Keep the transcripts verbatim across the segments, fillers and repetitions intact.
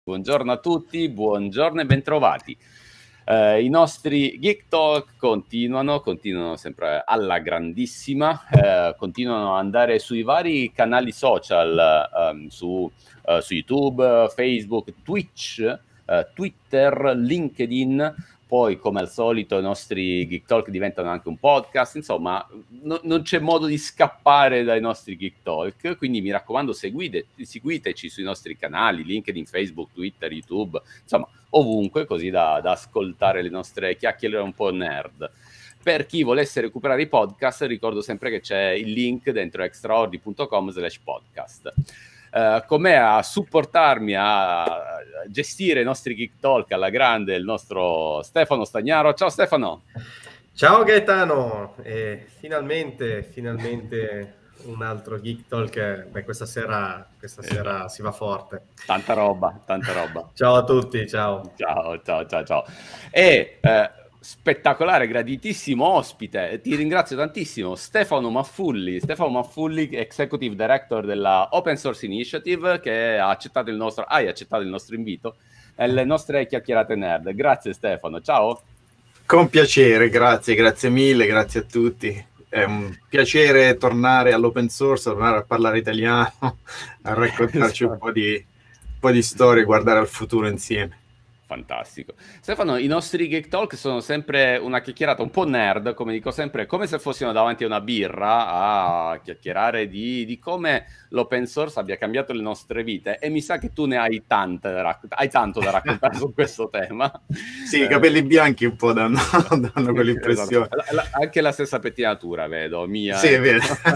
Buongiorno a tutti, buongiorno e bentrovati. Eh, I nostri Geek Talk continuano, continuano sempre alla grandissima, eh, continuano ad andare sui vari canali social, ehm, su, eh, su YouTube, Facebook, Twitch, eh, Twitter, LinkedIn. Poi, come al solito, i nostri Geek Talk diventano anche un podcast. Insomma, no, non c'è modo di scappare dai nostri Geek Talk. Quindi mi raccomando, seguite, seguiteci sui nostri canali, LinkedIn, Facebook, Twitter, YouTube, insomma, ovunque, così da, da ascoltare le nostre chiacchiere un po' nerd. Per chi volesse recuperare i podcast, ricordo sempre che c'è il link dentro extraordi punto com slash podcast. Uh, con me a supportarmi, a gestire i nostri Geek Talk alla grande, il nostro Stefano Stagnaro. Ciao Stefano! Ciao Gaetano! Eh, finalmente, finalmente un altro Geek Talk. Beh, questa sera, questa esatto. sera si va forte. Tanta roba, tanta roba. Ciao a tutti, ciao. Ciao, ciao, ciao, ciao. E... Eh, spettacolare, graditissimo ospite, ti ringrazio tantissimo, Stefano Maffulli, Stefano Maffulli, Executive Director della Open Source Initiative, che ha accettato il nostro, hai accettato il nostro invito alle nostre chiacchierate nerd. Grazie Stefano, ciao. Con piacere, grazie, grazie mille, grazie a tutti. È un piacere tornare all'open source, tornare a parlare italiano, a raccontarci un po' di, un po' di storie, guardare al futuro insieme. Fantastico. Stefano, i nostri Geek Talk sono sempre una chiacchierata un po' nerd, come dico sempre, come se fossimo davanti a una birra a chiacchierare di, di come l'open source abbia cambiato le nostre vite, e mi sa che tu ne hai, tante da rac- hai tanto da raccontare su questo tema. Sì, i capelli bianchi un po' danno, danno quell'impressione. Esatto. La, anche la stessa pettinatura, vedo, mia. Sì, è vero.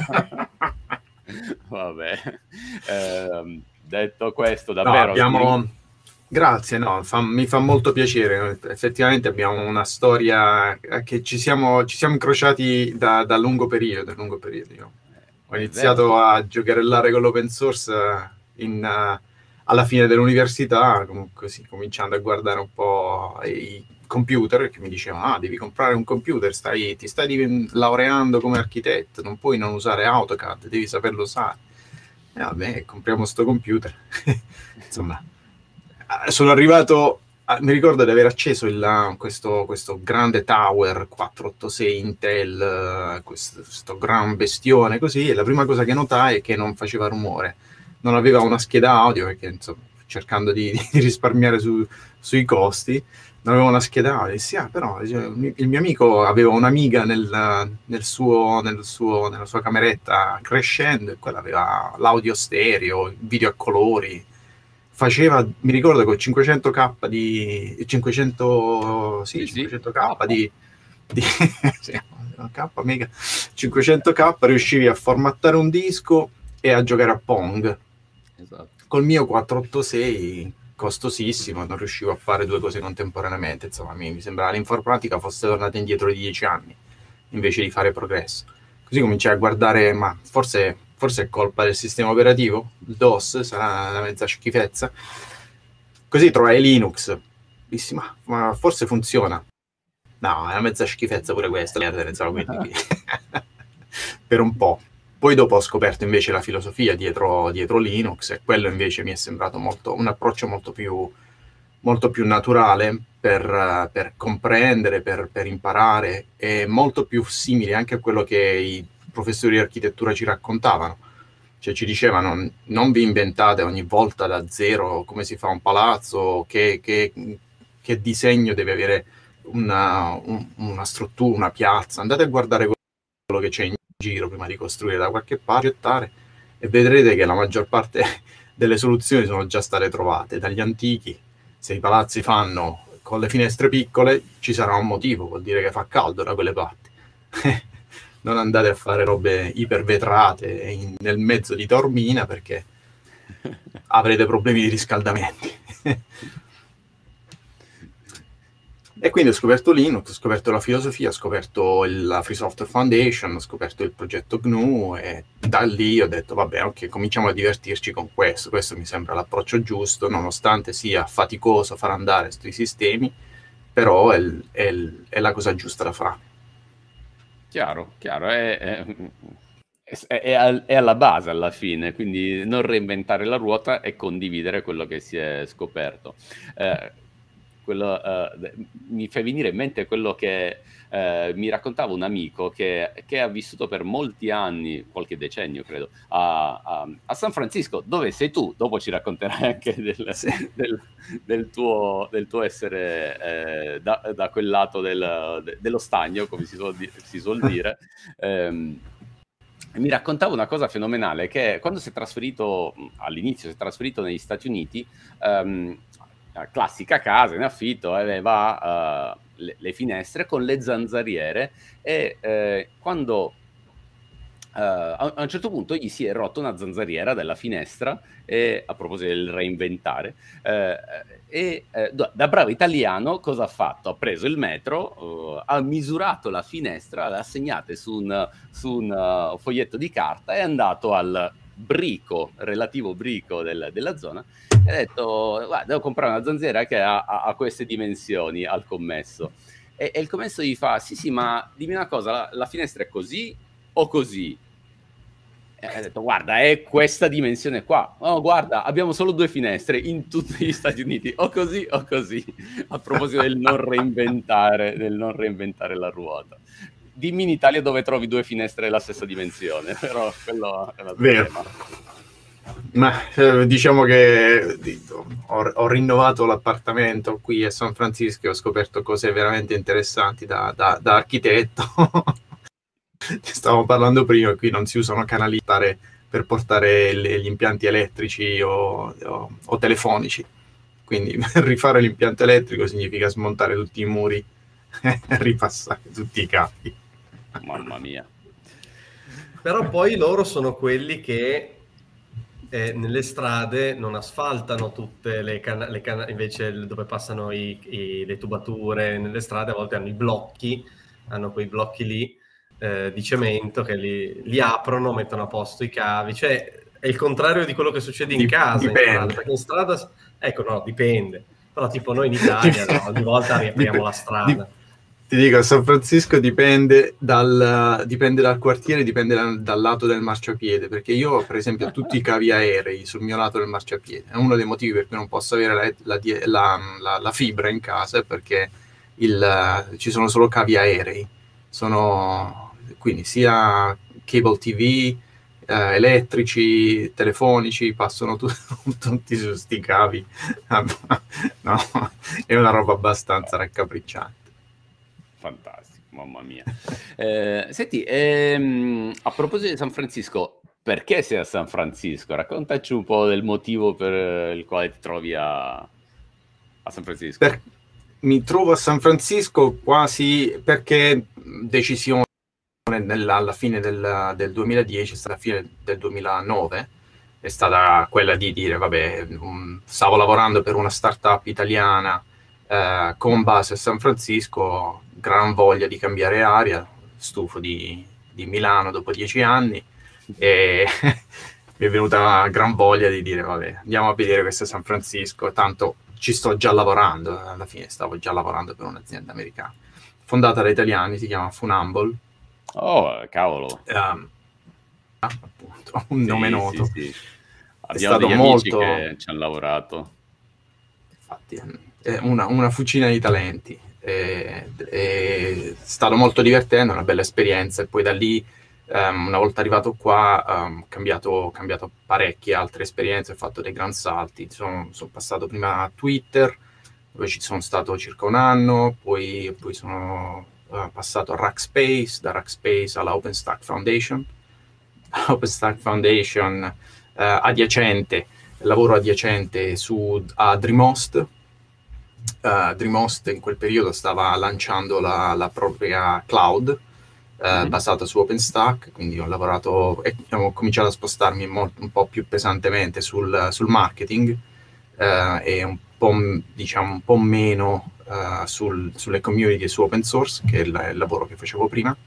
Vabbè. Eh, detto questo, davvero... No, abbiamo... Grazie, no, fa, mi fa molto piacere. Effettivamente abbiamo una storia che ci siamo, ci siamo incrociati da, da lungo periodo. lungo periodo io. Ho iniziato a giocherellare con l'open source in, uh, alla fine dell'università, così, cominciando a guardare un po' i computer, che mi dicevano, ah, devi comprare un computer, stai, ti stai laureando come architetto, non puoi non usare AutoCAD, devi saperlo usare. E vabbè, compriamo sto computer. Insomma... Sono arrivato, a, mi ricordo di aver acceso il, questo, questo grande tower quattrocentottantasei Intel, questo, questo gran bestione così, e la prima cosa che notai è che non faceva rumore, non aveva una scheda audio, perché insomma, cercando di, di risparmiare su, sui costi, non aveva una scheda audio. E sì, ah, però cioè, il mio amico aveva un'Amiga nel, nel suo, nel suo, nella sua cameretta crescendo, e quella aveva l'audio stereo, video a colori. Faceva, mi ricordo, con cinquecento K di cinquecento, sì, sì, cinquecento K sì. di, di sì, K mega cinquecento K riuscivi a formattare un disco e a giocare a Pong. Esatto. Col mio quattrocentottantasei costosissimo, non riuscivo a fare due cose contemporaneamente. Insomma, mi, mi sembrava l'informatica fosse tornata indietro di dieci anni invece di fare progresso. Così cominciai a guardare, ma forse forse è colpa del sistema operativo, il DOS, sarà una mezza schifezza. Così trovai Linux, dissi, ma, ma forse funziona. No, è una mezza schifezza pure questa, quindi per un po'. Poi dopo ho scoperto invece la filosofia dietro, dietro Linux, e quello invece mi è sembrato molto, un approccio molto più, molto più naturale per, per comprendere, per, per imparare, e molto più simile anche a quello che i professori di architettura ci raccontavano. Cioè ci dicevano, non vi inventate ogni volta da zero come si fa un palazzo, che, che, che disegno deve avere una, un, una struttura, una piazza. Andate a guardare quello che c'è in giro prima di costruire da qualche parte, gettare, e vedrete che la maggior parte delle soluzioni sono già state trovate dagli antichi. Se i palazzi fanno con le finestre piccole, ci sarà un motivo, vuol dire che fa caldo da quelle parti. Non andate a fare robe ipervetrate in, nel mezzo di Taormina, perché avrete problemi di riscaldamenti. E quindi ho scoperto Linux, ho scoperto la filosofia, ho scoperto il, la Free Software Foundation, ho scoperto il progetto G N U, e da lì ho detto, vabbè, ok, cominciamo a divertirci con questo. Questo mi sembra l'approccio giusto, nonostante sia faticoso far andare questi sistemi, però è, è, è la cosa giusta da fare. Chiaro, chiaro. È, è, è, è, al, è alla base alla fine, quindi non reinventare la ruota e condividere quello che si è scoperto. Eh, quello, eh, mi fa venire in mente quello che eh, mi raccontava un amico che, che ha vissuto per molti anni, qualche decennio credo, a, a, a San Francisco, dove sei tu. Dopo ci racconterai anche del, Sì. del, del, tuo, del tuo essere eh, da, da quel lato del, de, dello stagno, come si suol, di, si suol dire. Um, mi raccontava una cosa fenomenale, che quando si è trasferito, all'inizio si è trasferito negli Stati Uniti, um, classica casa in affitto, aveva uh, le, le finestre con le zanzariere e eh, quando uh, a, a un certo punto gli si è rotta una zanzariera della finestra, e a proposito del reinventare, eh, e eh, da bravo italiano cosa ha fatto? Ha preso il metro, uh, ha misurato la finestra, l'ha segnata su un, su un uh, foglietto di carta, e è andato al brico, relativo brico del, della zona, e ha detto: guarda, devo comprare una zanzariera che ha, ha, ha queste dimensioni al commesso. E, e il commesso gli fa: sì sì, ma dimmi una cosa, la, la finestra è così o così? E ha detto: guarda, è questa dimensione qua. Oh, guarda, abbiamo solo due finestre in tutti gli Stati Uniti, o così o così. A proposito del non reinventare, del non reinventare la ruota. Dimmi in Italia dove trovi due finestre della stessa dimensione, però quello è un altro tema. Ma eh, diciamo che ho, ho rinnovato l'appartamento qui a San Francisco e ho scoperto cose veramente interessanti da, da, da architetto. Stavamo parlando prima, qui non si usano canali per portare le, gli impianti elettrici o, o, o telefonici, quindi rifare l'impianto elettrico significa smontare tutti i muri e ripassare tutti i cavi. Mamma mia. Però poi loro sono quelli che eh, nelle strade non asfaltano tutte le canali, le can- invece dove passano i, i, le tubature nelle strade a volte hanno i blocchi, hanno quei blocchi lì eh, di cemento che li, li aprono, mettono a posto i cavi, cioè è il contrario di quello che succede in Dip- casa, in dipende. strada, perché in strada, ecco no, dipende, però tipo noi in Italia no, ogni volta riapriamo Dip- la strada. Dip- Ti dico, a San Francisco dipende dal, dipende dal quartiere, dipende dal, dal lato del marciapiede, perché io ho per esempio tutti i cavi aerei sul mio lato del marciapiede. È uno dei motivi per cui non posso avere la, la, la, la, la fibra in casa, perché il, ci sono solo cavi aerei. Sono, quindi sia cable T V, eh, elettrici, telefonici, passano tu, tutti su sti cavi. No, è una roba abbastanza raccapricciante. Fantastico, mamma mia. Eh, senti, ehm, a proposito di San Francisco, perché sei a San Francisco? Raccontaci un po' del motivo per il quale ti trovi a, a San Francisco. Per, mi trovo a San Francisco quasi perché decisione nella, alla fine del, del duemiladieci, è stata la fine del duemilanove, è stata quella di dire, vabbè, um, stavo lavorando per una startup italiana eh, con base a San Francisco, gran voglia di cambiare aria, stufo di, di Milano dopo dieci anni, e mi è venuta gran voglia di dire, vabbè, andiamo a vedere questo San Francisco, tanto ci sto già lavorando, alla fine stavo già lavorando per un'azienda americana, fondata da italiani, si chiama Funambol. Oh, cavolo. Um, appunto, un sì, nome noto. Sì, sì. Abbiamo è stato degli molto... amici che ci hanno lavorato. Infatti, è una, una fucina di talenti. È, è stato molto divertente, una bella esperienza, e poi da lì, um, una volta arrivato qua, ho um, cambiato, cambiato parecchie altre esperienze, ho fatto dei gran salti. Sono, sono passato prima a Twitter, dove ci sono stato circa un anno, poi, poi sono uh, passato a Rackspace, da Rackspace alla OpenStack Foundation. OpenStack Foundation uh, adiacente, lavoro adiacente su, a Dreamhost. Uh, Dreamhost in quel periodo stava lanciando la, la propria cloud uh, mm-hmm. basata su OpenStack, quindi ho lavorato e ho cominciato a spostarmi mo- un po' più pesantemente sul, sul marketing uh, e un po', diciamo, un po' meno uh, sul, sulle community e su open source, che è il, il lavoro che facevo prima.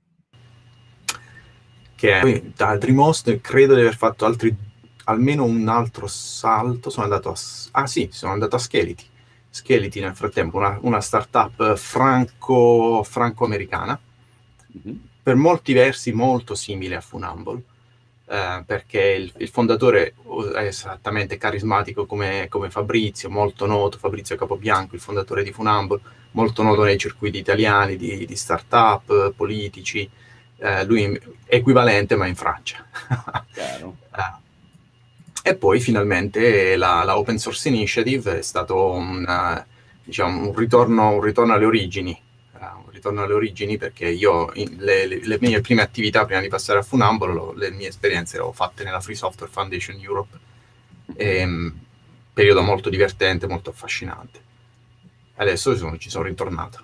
Che poi da Dreamhost credo di aver fatto altri, almeno un altro salto. Sono andato a, ah sì, sono andato a Scality. Scality nel frattempo, una, una startup franco, franco-americana, mm-hmm. per molti versi molto simile a Funambole, eh, perché il, il fondatore è esattamente carismatico come, come Fabrizio, molto noto, Fabrizio Capobianco, il fondatore di Funambole, molto noto nei circuiti italiani di, di start-up, politici, eh, lui è equivalente ma in Francia. Chiaro. eh, E poi finalmente la, la Open Source Initiative è stato un, uh, diciamo, un, ritorno, un ritorno alle origini, uh, un ritorno alle origini perché io in, le, le, le mie prime attività prima di passare a Funambole, lo, le mie esperienze le ho fatte nella Free Software Foundation Europe, e, um, periodo molto divertente, molto affascinante. Adesso sono, ci sono ritornato.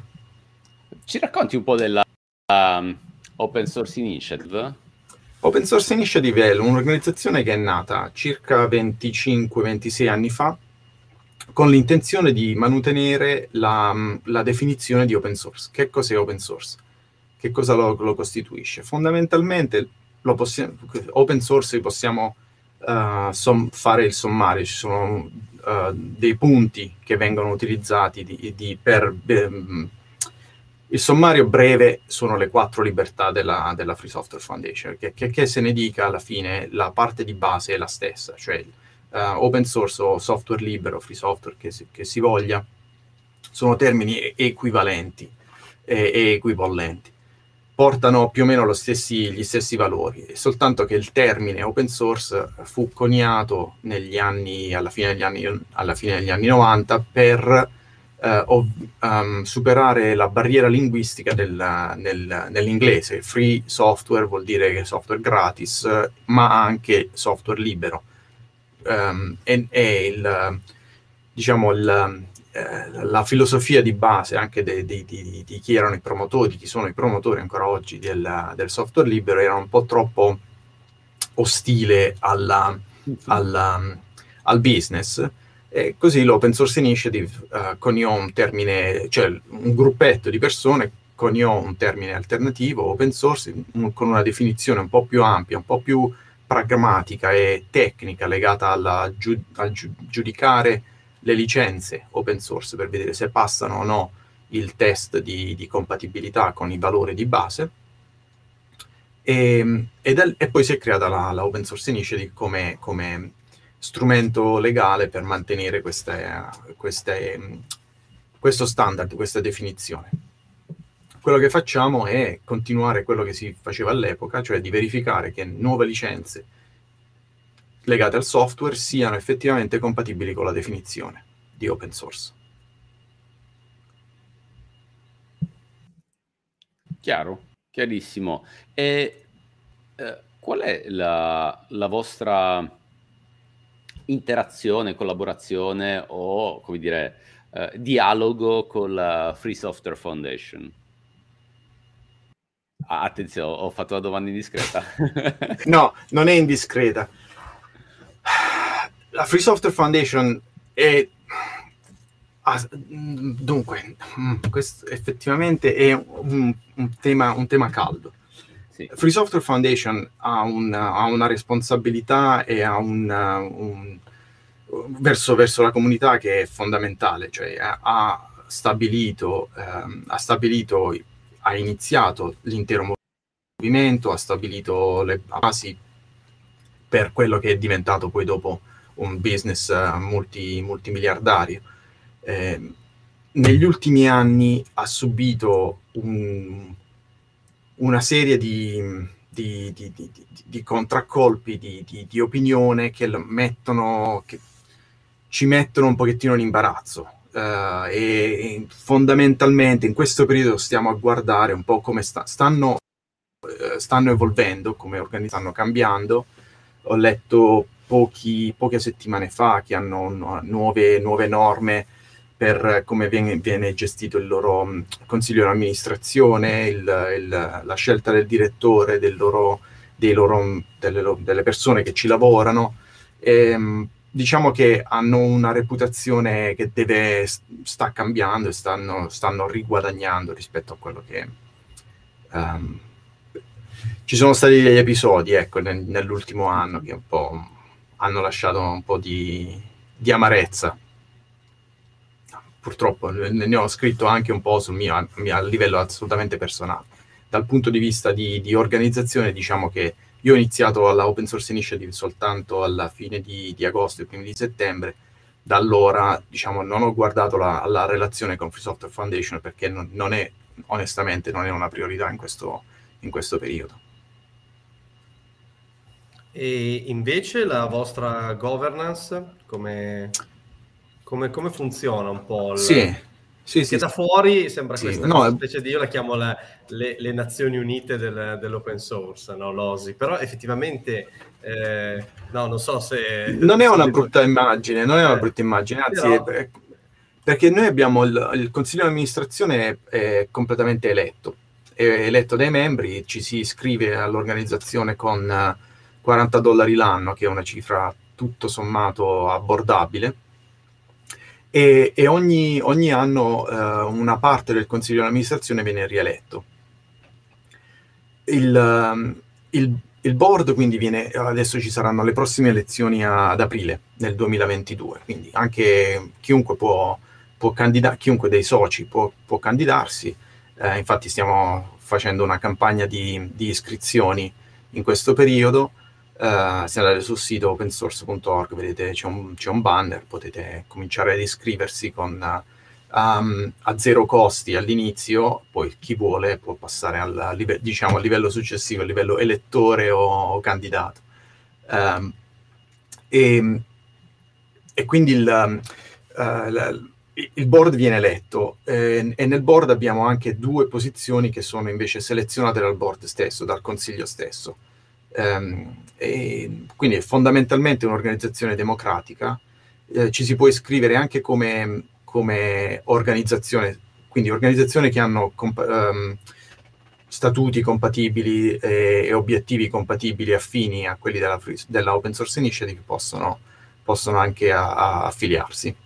Ci racconti un po' della um, Open Source Initiative? Open Source Initiative è un'organizzazione che è nata circa venticinque ventisei anni fa con l'intenzione di mantenere la, la definizione di open source. Che cos'è open source? Che cosa lo, lo costituisce? Fondamentalmente lo possiamo, open source possiamo uh, som, fare il sommario, ci sono uh, dei punti che vengono utilizzati di, di, per... Um, il sommario breve sono le quattro libertà della, della Free Software Foundation, che, che, che se ne dica alla fine la parte di base è la stessa, cioè uh, open source o software libero, free software che si, che si voglia, sono termini equivalenti e, e equipollenti, portano più o meno lo stessi, gli stessi valori, soltanto che il termine open source fu coniato negli anni, alla fine degli anni, alla fine degli anni novanta per Uh, o, um, superare la barriera linguistica del, nel, nell'inglese. Free software vuol dire software gratis, uh, ma anche software libero. Um, e, e il, diciamo, il, uh, la filosofia di base anche di de, de, de chi erano i promotori, di chi sono i promotori ancora oggi del, del software libero, era un po' troppo ostile alla, alla, al business. E così l'Open Source Initiative uh, coniò un termine, cioè un gruppetto di persone coniò un termine alternativo, open source, un, con una definizione un po' più ampia, un po' più pragmatica e tecnica, legata alla giu, al giu, giudicare le licenze open source per vedere se passano o no il test di, di compatibilità con i valori di base. E, e, del, e poi si è creata la, la Open Source Initiative come... come strumento legale per mantenere queste, queste, questo standard, questa definizione. Quello che facciamo è continuare quello che si faceva all'epoca, cioè di verificare che nuove licenze legate al software siano effettivamente compatibili con la definizione di open source. Chiaro, chiarissimo. E eh, qual è la, la vostra interazione, collaborazione o, come dire, eh, dialogo con la Free Software Foundation? Ah, attenzione, ho fatto la domanda indiscreta. No, non è indiscreta. La Free Software Foundation è... Ah, dunque, questo effettivamente è un, un, tema, un tema caldo. Sì. Free Software Foundation ha, un, ha una responsabilità e ha un, un verso, verso la comunità che è fondamentale, cioè ha, ha stabilito, ehm, ha stabilito, ha iniziato l'intero movimento, ha stabilito le basi per quello che è diventato poi dopo un business multi, multimiliardario. Eh, negli ultimi anni ha subito un una serie di, di, di, di, di contraccolpi di, di, di opinione che mettono, che ci mettono un pochettino in imbarazzo. Uh, e, e fondamentalmente in questo periodo stiamo a guardare un po' come sta, stanno, uh, stanno evolvendo, come stanno cambiando. Ho letto pochi, poche settimane fa che hanno nu- nuove, nuove norme per come viene, viene gestito il loro um, consiglio di amministrazione, il, il, la scelta del direttore, del loro, dei loro, delle, delle persone che ci lavorano. E, um, diciamo che hanno una reputazione che deve, sta cambiando e stanno, stanno riguadagnando rispetto a quello che... Um, ci sono stati degli episodi, ecco, nel, nell'ultimo anno che un po' hanno lasciato un po' di, di amarezza. Purtroppo ne ho scritto anche un po' sul mio, a, a livello assolutamente personale. dal punto di vista di, di organizzazione, diciamo che io ho iniziato alla Open Source Initiative soltanto alla fine di, di agosto e primi di settembre. Da allora, diciamo, non ho guardato la, la relazione con Free Software Foundation perché non, non è, onestamente, non è una priorità in questo, in questo periodo. E invece la vostra governance, come, come, come funziona un po'? Il... Sì, sì, Perché sì, da fuori sembra sì, questa, no, questa specie di, io la chiamo la, le, le Nazioni Unite del, dell'open source, no? L'O S I, però effettivamente, eh, no, non so se... non è se una devo... brutta immagine, non è una eh, brutta immagine, anzi, però... è, perché noi abbiamo il, il consiglio di amministrazione è, è completamente eletto, è eletto dai membri, ci si iscrive all'organizzazione con quaranta dollari l'anno, che è una cifra tutto sommato abbordabile, e, e ogni, ogni anno eh, una parte del consiglio di amministrazione viene rieletto. Il, il, il board quindi viene, adesso ci saranno le prossime elezioni a, ad aprile nel duemilaventidue, quindi anche chiunque può, può candidare, chiunque dei soci può, può candidarsi, eh, infatti stiamo facendo una campagna di, di iscrizioni in questo periodo. Uh, se andate sul sito open source punto org vedete c'è un, c'è un banner, potete cominciare ad iscriversi con, uh, um, a zero costi all'inizio, poi chi vuole può passare al, a live- diciamo, al livello successivo, al livello elettore o, o candidato. Um, e, e quindi il, uh, la, il board viene eletto eh, e nel board abbiamo anche due posizioni che sono invece selezionate dal board stesso, dal consiglio stesso. Um, e quindi è fondamentalmente un'organizzazione democratica, eh, ci si può iscrivere anche come, come organizzazione, quindi organizzazioni che hanno comp- um, statuti compatibili e, e obiettivi compatibili affini a quelli della, free, della Open Source Initiative possono, possono anche a, a affiliarsi.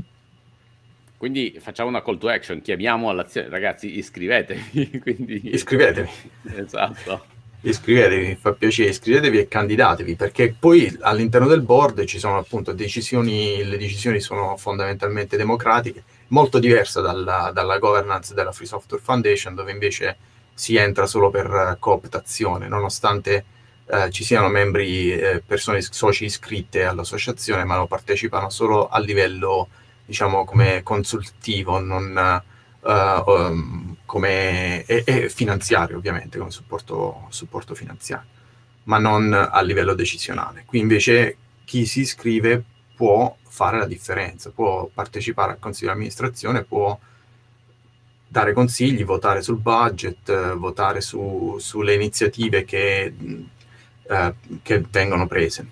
Quindi facciamo una call to action, chiamiamo all'azione, ragazzi, iscrivetevi. Quindi... Iscrivetevi. Esatto. Iscrivetevi, mi fa piacere, iscrivetevi e candidatevi, perché poi all'interno del board ci sono appunto decisioni, le decisioni sono fondamentalmente democratiche, molto diversa dalla, dalla governance della Free Software Foundation, dove invece si entra solo per cooptazione, nonostante eh, ci siano membri, eh, persone, soci iscritte all'associazione, ma lo partecipano solo a livello, diciamo, come consultivo, non... Uh, um, come e, e finanziario, ovviamente, come supporto, supporto finanziario, ma non a livello decisionale. Qui invece chi si iscrive può fare la differenza, può partecipare al consiglio di amministrazione, può dare consigli, votare sul budget, eh, votare su, sulle iniziative che, eh, che vengono prese.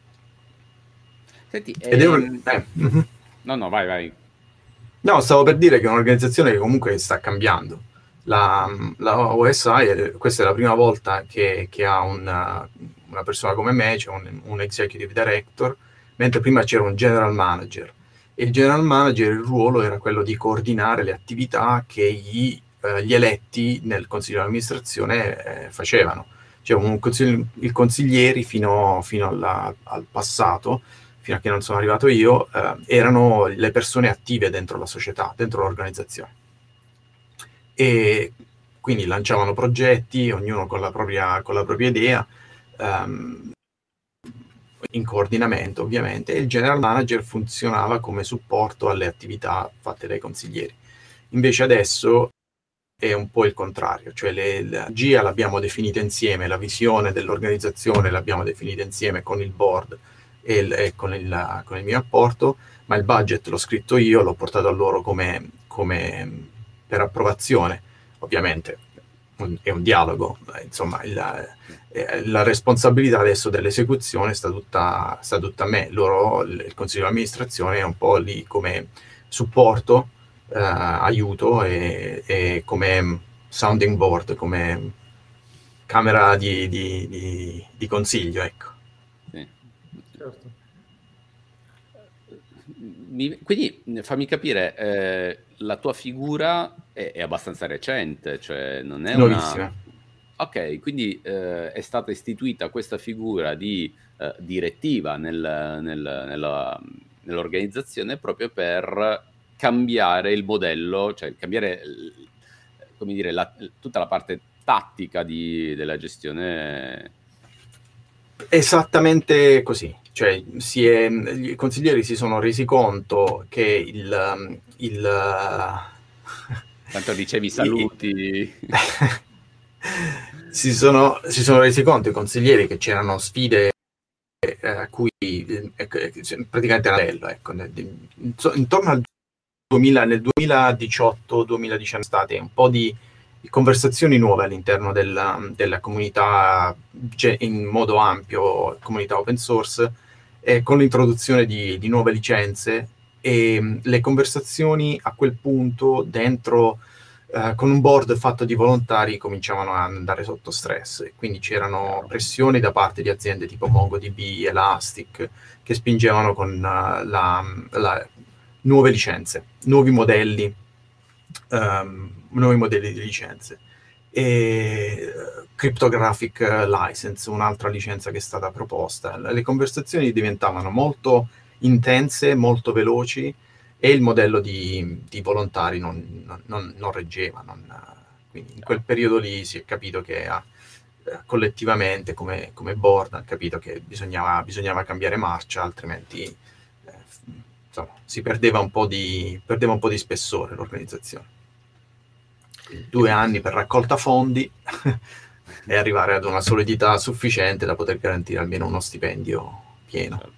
Senti, Ed ehm... è un... eh, mm-hmm. No, no, vai, vai. No, stavo per dire che è un'organizzazione che comunque sta cambiando. La, la O S I, questa è la prima volta che, che ha una, una persona come me, cioè un, un executive director, mentre prima c'era un general manager. E il general manager, il ruolo era quello di coordinare le attività che gli, eh, gli eletti nel consiglio di amministrazione eh, facevano. Cioè un consiglio, i consiglieri fino, fino alla, al passato, fino a che non sono arrivato io, eh, erano le persone attive dentro la società, dentro l'organizzazione. E quindi lanciavano progetti, ognuno con la propria, con la propria idea, ehm, in coordinamento ovviamente, e il general manager funzionava come supporto alle attività fatte dai consiglieri. Invece adesso è un po' il contrario, cioè le, la G I A l'abbiamo definita insieme, la visione dell'organizzazione l'abbiamo definita insieme con il board e, il, e con, il, con il mio apporto, ma il budget l'ho scritto io, l'ho portato a loro come, come per approvazione, ovviamente un, è un dialogo, insomma il, eh, la responsabilità adesso dell'esecuzione sta tutta, sta tutta a me, loro, il consiglio di amministrazione è un po' lì come supporto, eh, aiuto e, e come sounding board, come camera di, di, di, di consiglio, ecco. Sì. Certo. Mi, quindi fammi capire, eh, la tua figura è, è abbastanza recente, cioè non è Nuovissima. una... Ok, quindi eh, è stata istituita questa figura di eh, direttiva nel, nel, nella, nell'organizzazione proprio per cambiare il modello, cioè cambiare, come dire, la, tutta la parte tattica di, della gestione. Esattamente così, cioè si è, i consiglieri si sono resi conto che il... il tanto dicevi saluti. si, sono, si sono resi conto i consiglieri che c'erano sfide a cui eh, praticamente era bello, ecco, intorno al duemila, nel duemiladiciotto duemiladiciannove state un po' di, di conversazioni nuove all'interno della, della comunità in modo ampio, comunità open source, eh, con l'introduzione di, di nuove licenze, e le conversazioni a quel punto dentro Uh, con un board fatto di volontari cominciavano a andare sotto stress, e quindi c'erano pressioni da parte di aziende tipo MongoDB, Elastic, che spingevano con uh, la, la nuove licenze, nuovi modelli, um, nuovi modelli di licenze. E uh, Cryptographic License, un'altra licenza che è stata proposta. Le conversazioni diventavano molto intense, molto veloci, e il modello di, di volontari non, non, non reggeva. Non, quindi in quel periodo lì si è capito che eh, collettivamente, come, come board, ha capito che bisognava, bisognava cambiare marcia, altrimenti eh, insomma, si perdeva un po' di, perdeva un po' di spessore l'organizzazione. Quindi due anni per raccolta fondi e arrivare ad una solidità sufficiente da poter garantire almeno uno stipendio pieno.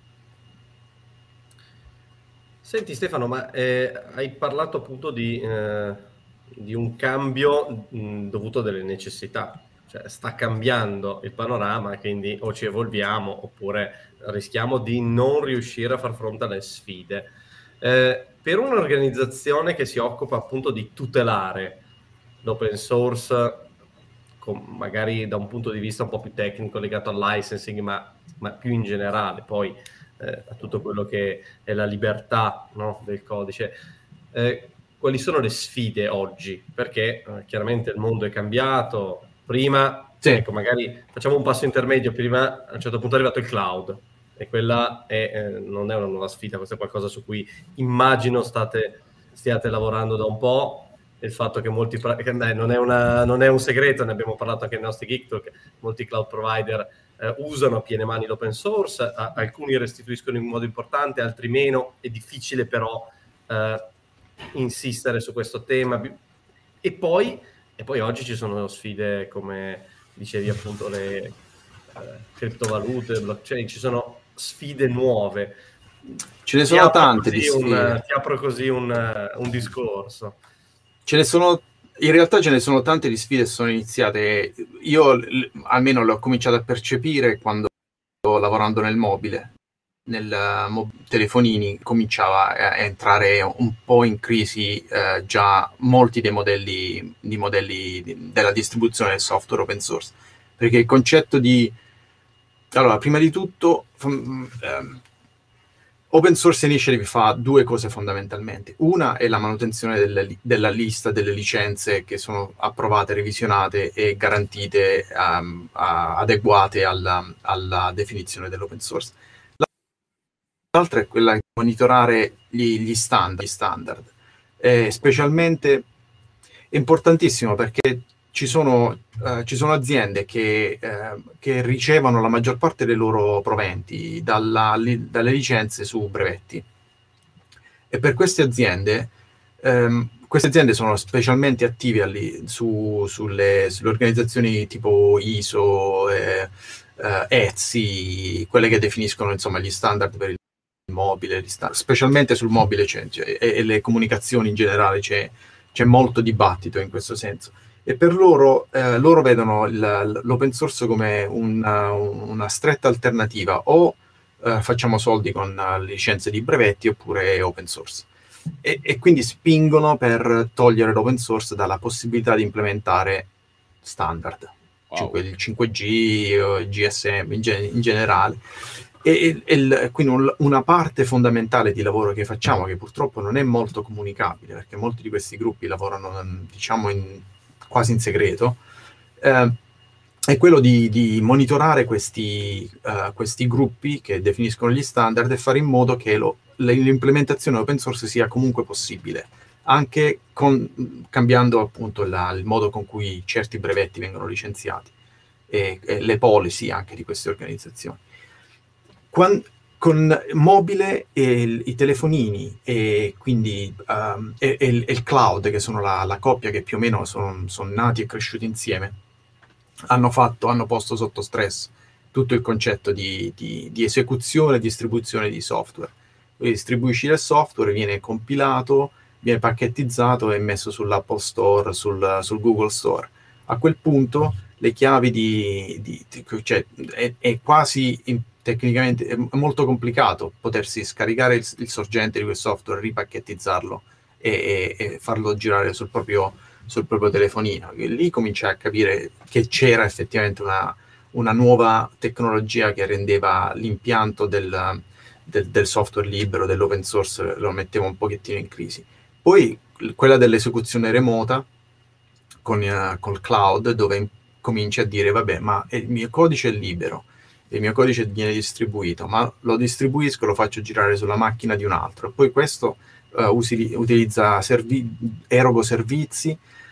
Senti Stefano, ma eh, hai parlato appunto di, eh, di un cambio mh, dovuto delle necessità, cioè sta cambiando il panorama, quindi o ci evolviamo oppure rischiamo di non riuscire a far fronte alle sfide. Eh, per un'organizzazione che si occupa appunto di tutelare l'open source, con, magari da un punto di vista un po' più tecnico legato al licensing, ma, ma più in generale, poi Eh, a tutto quello che è la libertà, no, del codice. Eh, quali sono le sfide oggi? Perché eh, chiaramente il mondo è cambiato. Prima, sì. ecco, magari facciamo un passo intermedio. Prima, a un certo punto è arrivato il cloud, e quella è, eh, non è una nuova sfida, questo è qualcosa su cui immagino state, stiate lavorando da un po'. Il fatto che molti, che, dai, non, è una, non è un segreto, ne abbiamo parlato anche nei nostri Geek Talk, molti cloud provider Eh, usano a piene mani l'open source, a, alcuni restituiscono in modo importante, altri meno. È difficile però eh, insistere su questo tema. E poi, e poi oggi ci sono sfide come dicevi appunto le eh, criptovalute, blockchain, ci sono sfide nuove. Ce ne sono tante di sfide. Un, ti apro così un, un discorso. Ce ne sono In realtà ce ne sono tante di sfide che sono iniziate. Io l- almeno le ho cominciato a percepire quando lavorando nel mobile, nel uh, mo- telefonini, cominciava a, a entrare un po' in crisi eh, già molti dei modelli, di modelli di, della distribuzione del software open source, perché il concetto di allora, prima di tutto um, um, Open Source Initiative fa due cose fondamentalmente. Una è la manutenzione delle, della lista delle licenze che sono approvate, revisionate e garantite, um, a, adeguate alla, alla definizione dell'open source. L'altra è quella di monitorare gli, gli standard. Gli standard. È specialmente importantissimo perché ci sono, uh, ci sono aziende che, uh, che ricevono la maggior parte dei loro proventi dalla, li, dalle licenze su brevetti. E per queste aziende, um, queste aziende sono specialmente attive alli, su, sulle, sulle organizzazioni tipo I S O, eh, uh, E T S I, quelle che definiscono insomma gli standard per il mobile, gli standard, specialmente sul mobile c'è, c'è, e, e le comunicazioni in generale c'è, c'è molto dibattito in questo senso. E per loro, eh, loro vedono il, l'open source come una, una stretta alternativa: o eh, facciamo soldi con uh, licenze di brevetti oppure open source. E, e quindi spingono per togliere l'open source dalla possibilità di implementare standard, wow. cinque, il cinque G o il G S M in, gen- in generale. E, e il, quindi un, una parte fondamentale di lavoro che facciamo, che purtroppo non è molto comunicabile, perché molti di questi gruppi lavorano, diciamo, in quasi in segreto, eh, è quello di, di monitorare questi, uh, questi gruppi che definiscono gli standard e fare in modo che lo, l'implementazione open source sia comunque possibile, anche con, cambiando appunto la, il modo con cui certi brevetti vengono licenziati e, e le policy anche di queste organizzazioni. Quando, con mobile e il, i telefonini e quindi um, e, e, il, e il cloud, che sono la, la coppia che più o meno sono, sono nati e cresciuti insieme, hanno fatto, hanno posto sotto stress tutto il concetto di, di, di esecuzione e distribuzione di software. Quindi distribuisci il software, viene compilato, viene pacchettizzato e messo sull'Apple Store, sul, sul Google Store. A quel punto le chiavi di... di, di cioè è, è quasi... In, tecnicamente è molto complicato potersi scaricare il, il sorgente di quel software, ripachettizzarlo e, e, e farlo girare sul proprio, sul proprio telefonino. E lì cominciai a capire che c'era effettivamente una, una nuova tecnologia che rendeva l'impianto del, del, del software libero, dell'open source, lo metteva un pochettino in crisi. Poi quella dell'esecuzione remota con uh, col cloud, dove cominci a dire vabbè, ma il mio codice è libero, il mio codice viene distribuito, ma lo distribuisco, lo faccio girare sulla macchina di un altro, e poi questo uh, usi, utilizza servi- erogo servizi.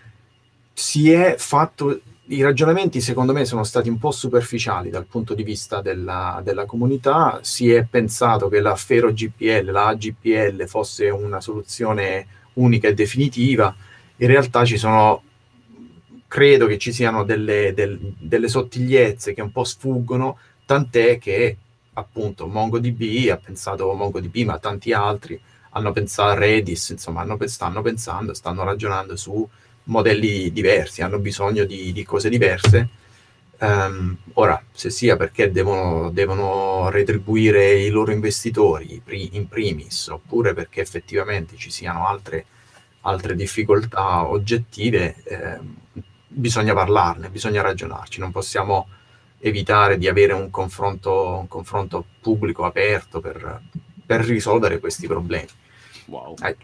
Si è fatto, i ragionamenti secondo me sono stati un po' superficiali dal punto di vista della, della comunità. Si è pensato che la Fero G P L, la A G P L fosse una soluzione unica e definitiva. In realtà ci sono, credo che ci siano delle, del, delle sottigliezze che un po' sfuggono, tant'è che appunto MongoDB ha pensato, MongoDB ma tanti altri hanno pensato, Redis, insomma hanno, stanno pensando, stanno ragionando su modelli diversi, hanno bisogno di, di cose diverse. Um, ora, se sia perché devono, devono retribuire i loro investitori in primis, oppure perché effettivamente ci siano altre, altre difficoltà oggettive, eh, bisogna parlarne, bisogna ragionarci, non possiamo evitare di avere un confronto, un confronto pubblico aperto per, per risolvere questi problemi. Wow. Eh,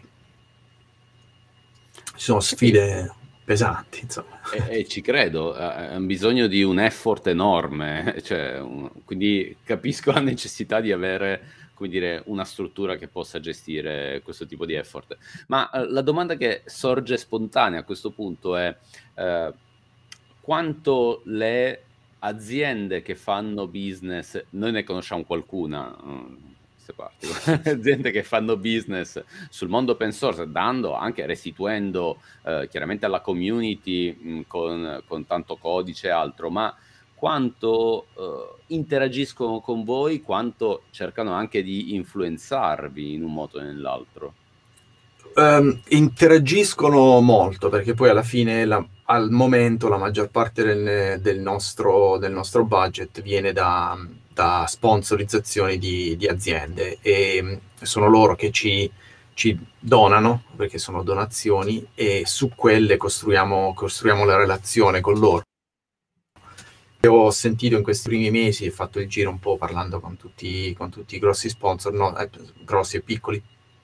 ci sono sfide pesanti, insomma. E, e ci credo, ha bisogno di un effort enorme, cioè, un, quindi capisco la necessità di avere, come dire, una struttura che possa gestire questo tipo di effort. Ma eh, la domanda che sorge spontanea a questo punto è eh, quanto le aziende che fanno business, noi ne conosciamo qualcuna, parti, aziende che fanno business sul mondo open source, dando anche, restituendo eh, chiaramente alla community mh, con, con tanto codice e altro, ma quanto eh, interagiscono con voi, quanto cercano anche di influenzarvi in un modo o nell'altro? Um, interagiscono molto, perché poi alla fine la, al momento la maggior parte del, del, nostro, del nostro budget viene da, da sponsorizzazioni di, di aziende, e sono loro che ci, ci donano, perché sono donazioni, e su quelle costruiamo, costruiamo la relazione con loro. Ho sentito in questi primi mesi, ho fatto il giro un po' parlando con tutti, con tutti i grossi sponsor, no, eh, grossi e piccoli,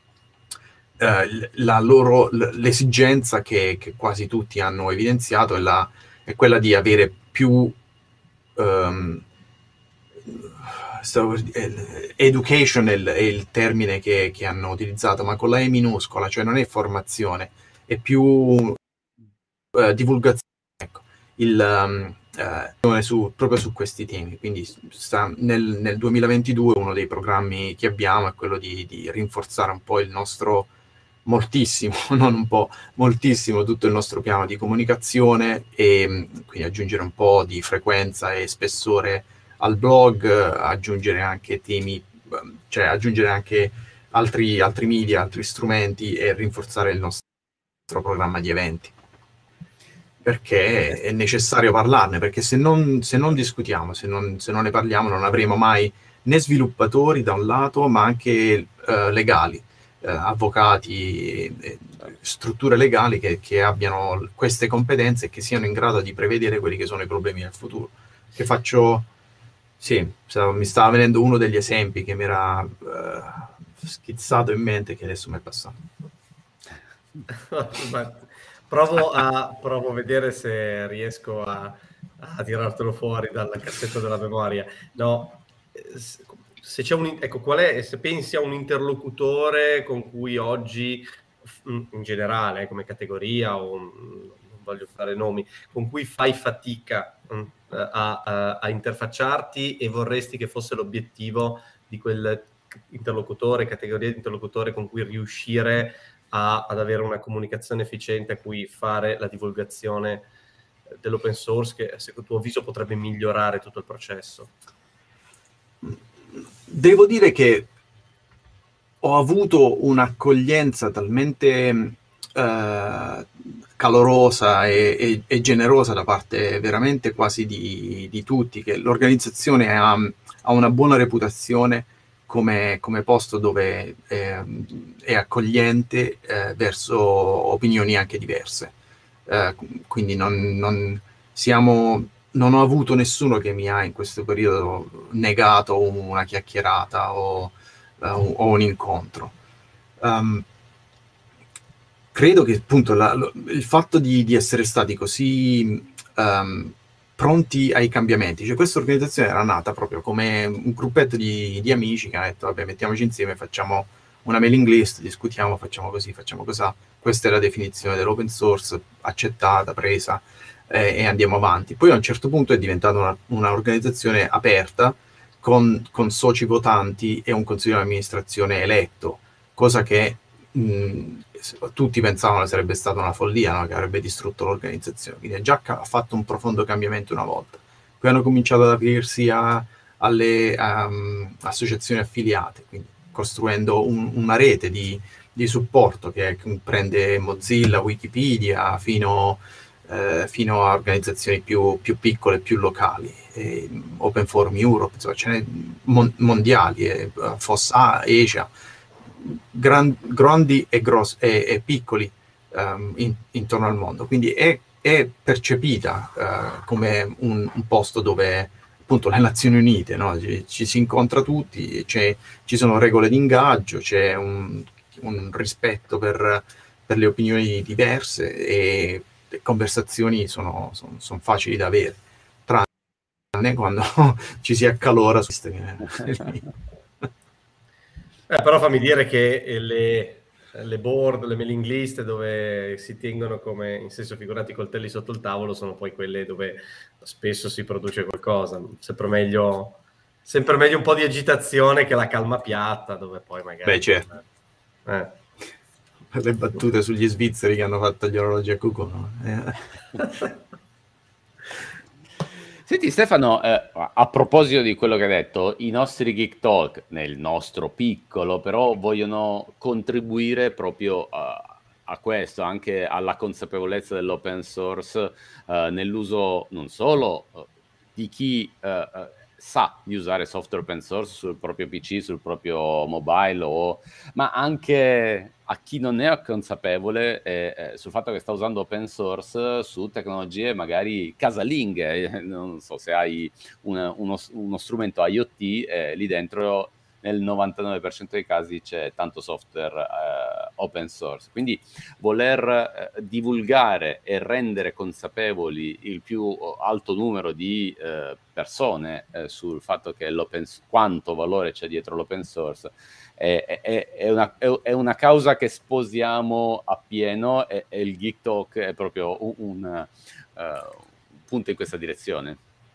la loro, l'esigenza che, che quasi tutti hanno evidenziato è, la, è quella di avere più um, education è il, è il termine che, che hanno utilizzato, ma con la E minuscola, cioè non è formazione, è più uh, divulgazione, ecco, il, um, uh, su, proprio su questi temi. Quindi sta, nel, nel duemilaventidue uno dei programmi che abbiamo è quello di, di rinforzare un po' il nostro moltissimo, non un po', moltissimo tutto il nostro piano di comunicazione, e quindi aggiungere un po' di frequenza e spessore al blog, aggiungere anche temi, cioè aggiungere anche altri, altri media, altri strumenti, e rinforzare il nostro programma di eventi. Perché è necessario parlarne, perché se non, se non discutiamo, se non, se non ne parliamo, non avremo mai né sviluppatori da un lato, ma anche uh, legali. Eh, avvocati, eh, strutture legali che, che abbiano queste competenze e che siano in grado di prevedere quelli che sono i problemi del futuro. Che faccio, sì, mi stava venendo uno degli esempi che mi era eh, schizzato in mente, che adesso mi è passato. provo, a, provo a vedere se riesco a, a tirartelo fuori dalla cassetta della memoria. No, se c'è un, ecco, qual è, se pensi a un interlocutore con cui oggi in generale, come categoria, o non voglio fare nomi, con cui fai fatica mh, a, a, a interfacciarti e vorresti che fosse l'obiettivo di quel interlocutore, categoria di interlocutore con cui riuscire a, ad avere una comunicazione efficiente, a cui fare la divulgazione dell'open source, che secondo tuo avviso potrebbe migliorare tutto il processo? Devo dire che ho avuto un'accoglienza talmente eh, calorosa e, e, e generosa da parte veramente quasi di, di tutti, che l'organizzazione ha, ha una buona reputazione come, come posto dove è, è accogliente eh, verso opinioni anche diverse. Eh, quindi non, non, siamo, non ho avuto nessuno che mi ha in questo periodo negato una chiacchierata o, uh, o un incontro. Um, credo che appunto la, lo, il fatto di, di essere stati così um, pronti ai cambiamenti, cioè questa organizzazione era nata proprio come un gruppetto di, di amici che hanno detto vabbè, mettiamoci insieme, facciamo una mailing list, discutiamo, facciamo così, facciamo così. Questa è la definizione dell'open source, accettata, presa, eh, e andiamo avanti. Poi a un certo punto è diventata una, un'organizzazione aperta, con, con soci votanti e un consiglio di amministrazione eletto, cosa che mh, tutti pensavano sarebbe stata una follia, no? Che avrebbe distrutto l'organizzazione. Quindi ha già ca- fatto un profondo cambiamento una volta. Poi hanno cominciato ad aprirsi a, alle um, associazioni affiliate, quindi costruendo un, una rete di, di supporto che comprende Mozilla, Wikipedia, fino, eh, fino a organizzazioni più, più piccole, più locali, e Open Forum Europe, insomma, ce n'è mon- mondiali, e, uh, F O S A, Asia, gran, grandi e, gross- e, e piccoli um, in, intorno al mondo. Quindi è, è percepita uh, come un, un posto dove appunto le Nazioni Unite, no? ci, ci si incontra tutti, c'è, ci sono regole di ingaggio, c'è un, un rispetto per, per le opinioni diverse, e le conversazioni sono, sono, sono facili da avere, tranne quando ci si accalora su queste... eh, però fammi dire che le... le board, le mailing list dove si tengono come in senso figurati coltelli sotto il tavolo sono poi quelle dove spesso si produce qualcosa. Sempre meglio, sempre meglio un po' di agitazione che la calma piatta, dove poi magari... Beh, certo. Eh. Le battute sugli svizzeri che hanno fatto gli orologi a cucù, no? Eh. Senti Stefano, eh, a proposito di quello che hai detto, i nostri Geek Talk, nel nostro piccolo, però vogliono contribuire proprio a, a questo, anche alla consapevolezza dell'open source, eh, nell'uso non solo eh, di chi eh, sa di usare software open source sul proprio P C, sul proprio mobile, o, ma anche a chi non è consapevole eh, eh, sul fatto che sta usando open source su tecnologie magari casalinghe. Eh, non so se hai una, uno, uno strumento IoT, eh, lì dentro nel novantanove per cento dei casi c'è tanto software eh, open source. Quindi voler eh, divulgare e rendere consapevoli il più alto numero di eh, persone eh, sul fatto che l'open, quanto valore c'è dietro l'open source è, è, è, una, è una causa che sposiamo appieno, e, e il Geek Talk è proprio un, un uh, punto in questa direzione.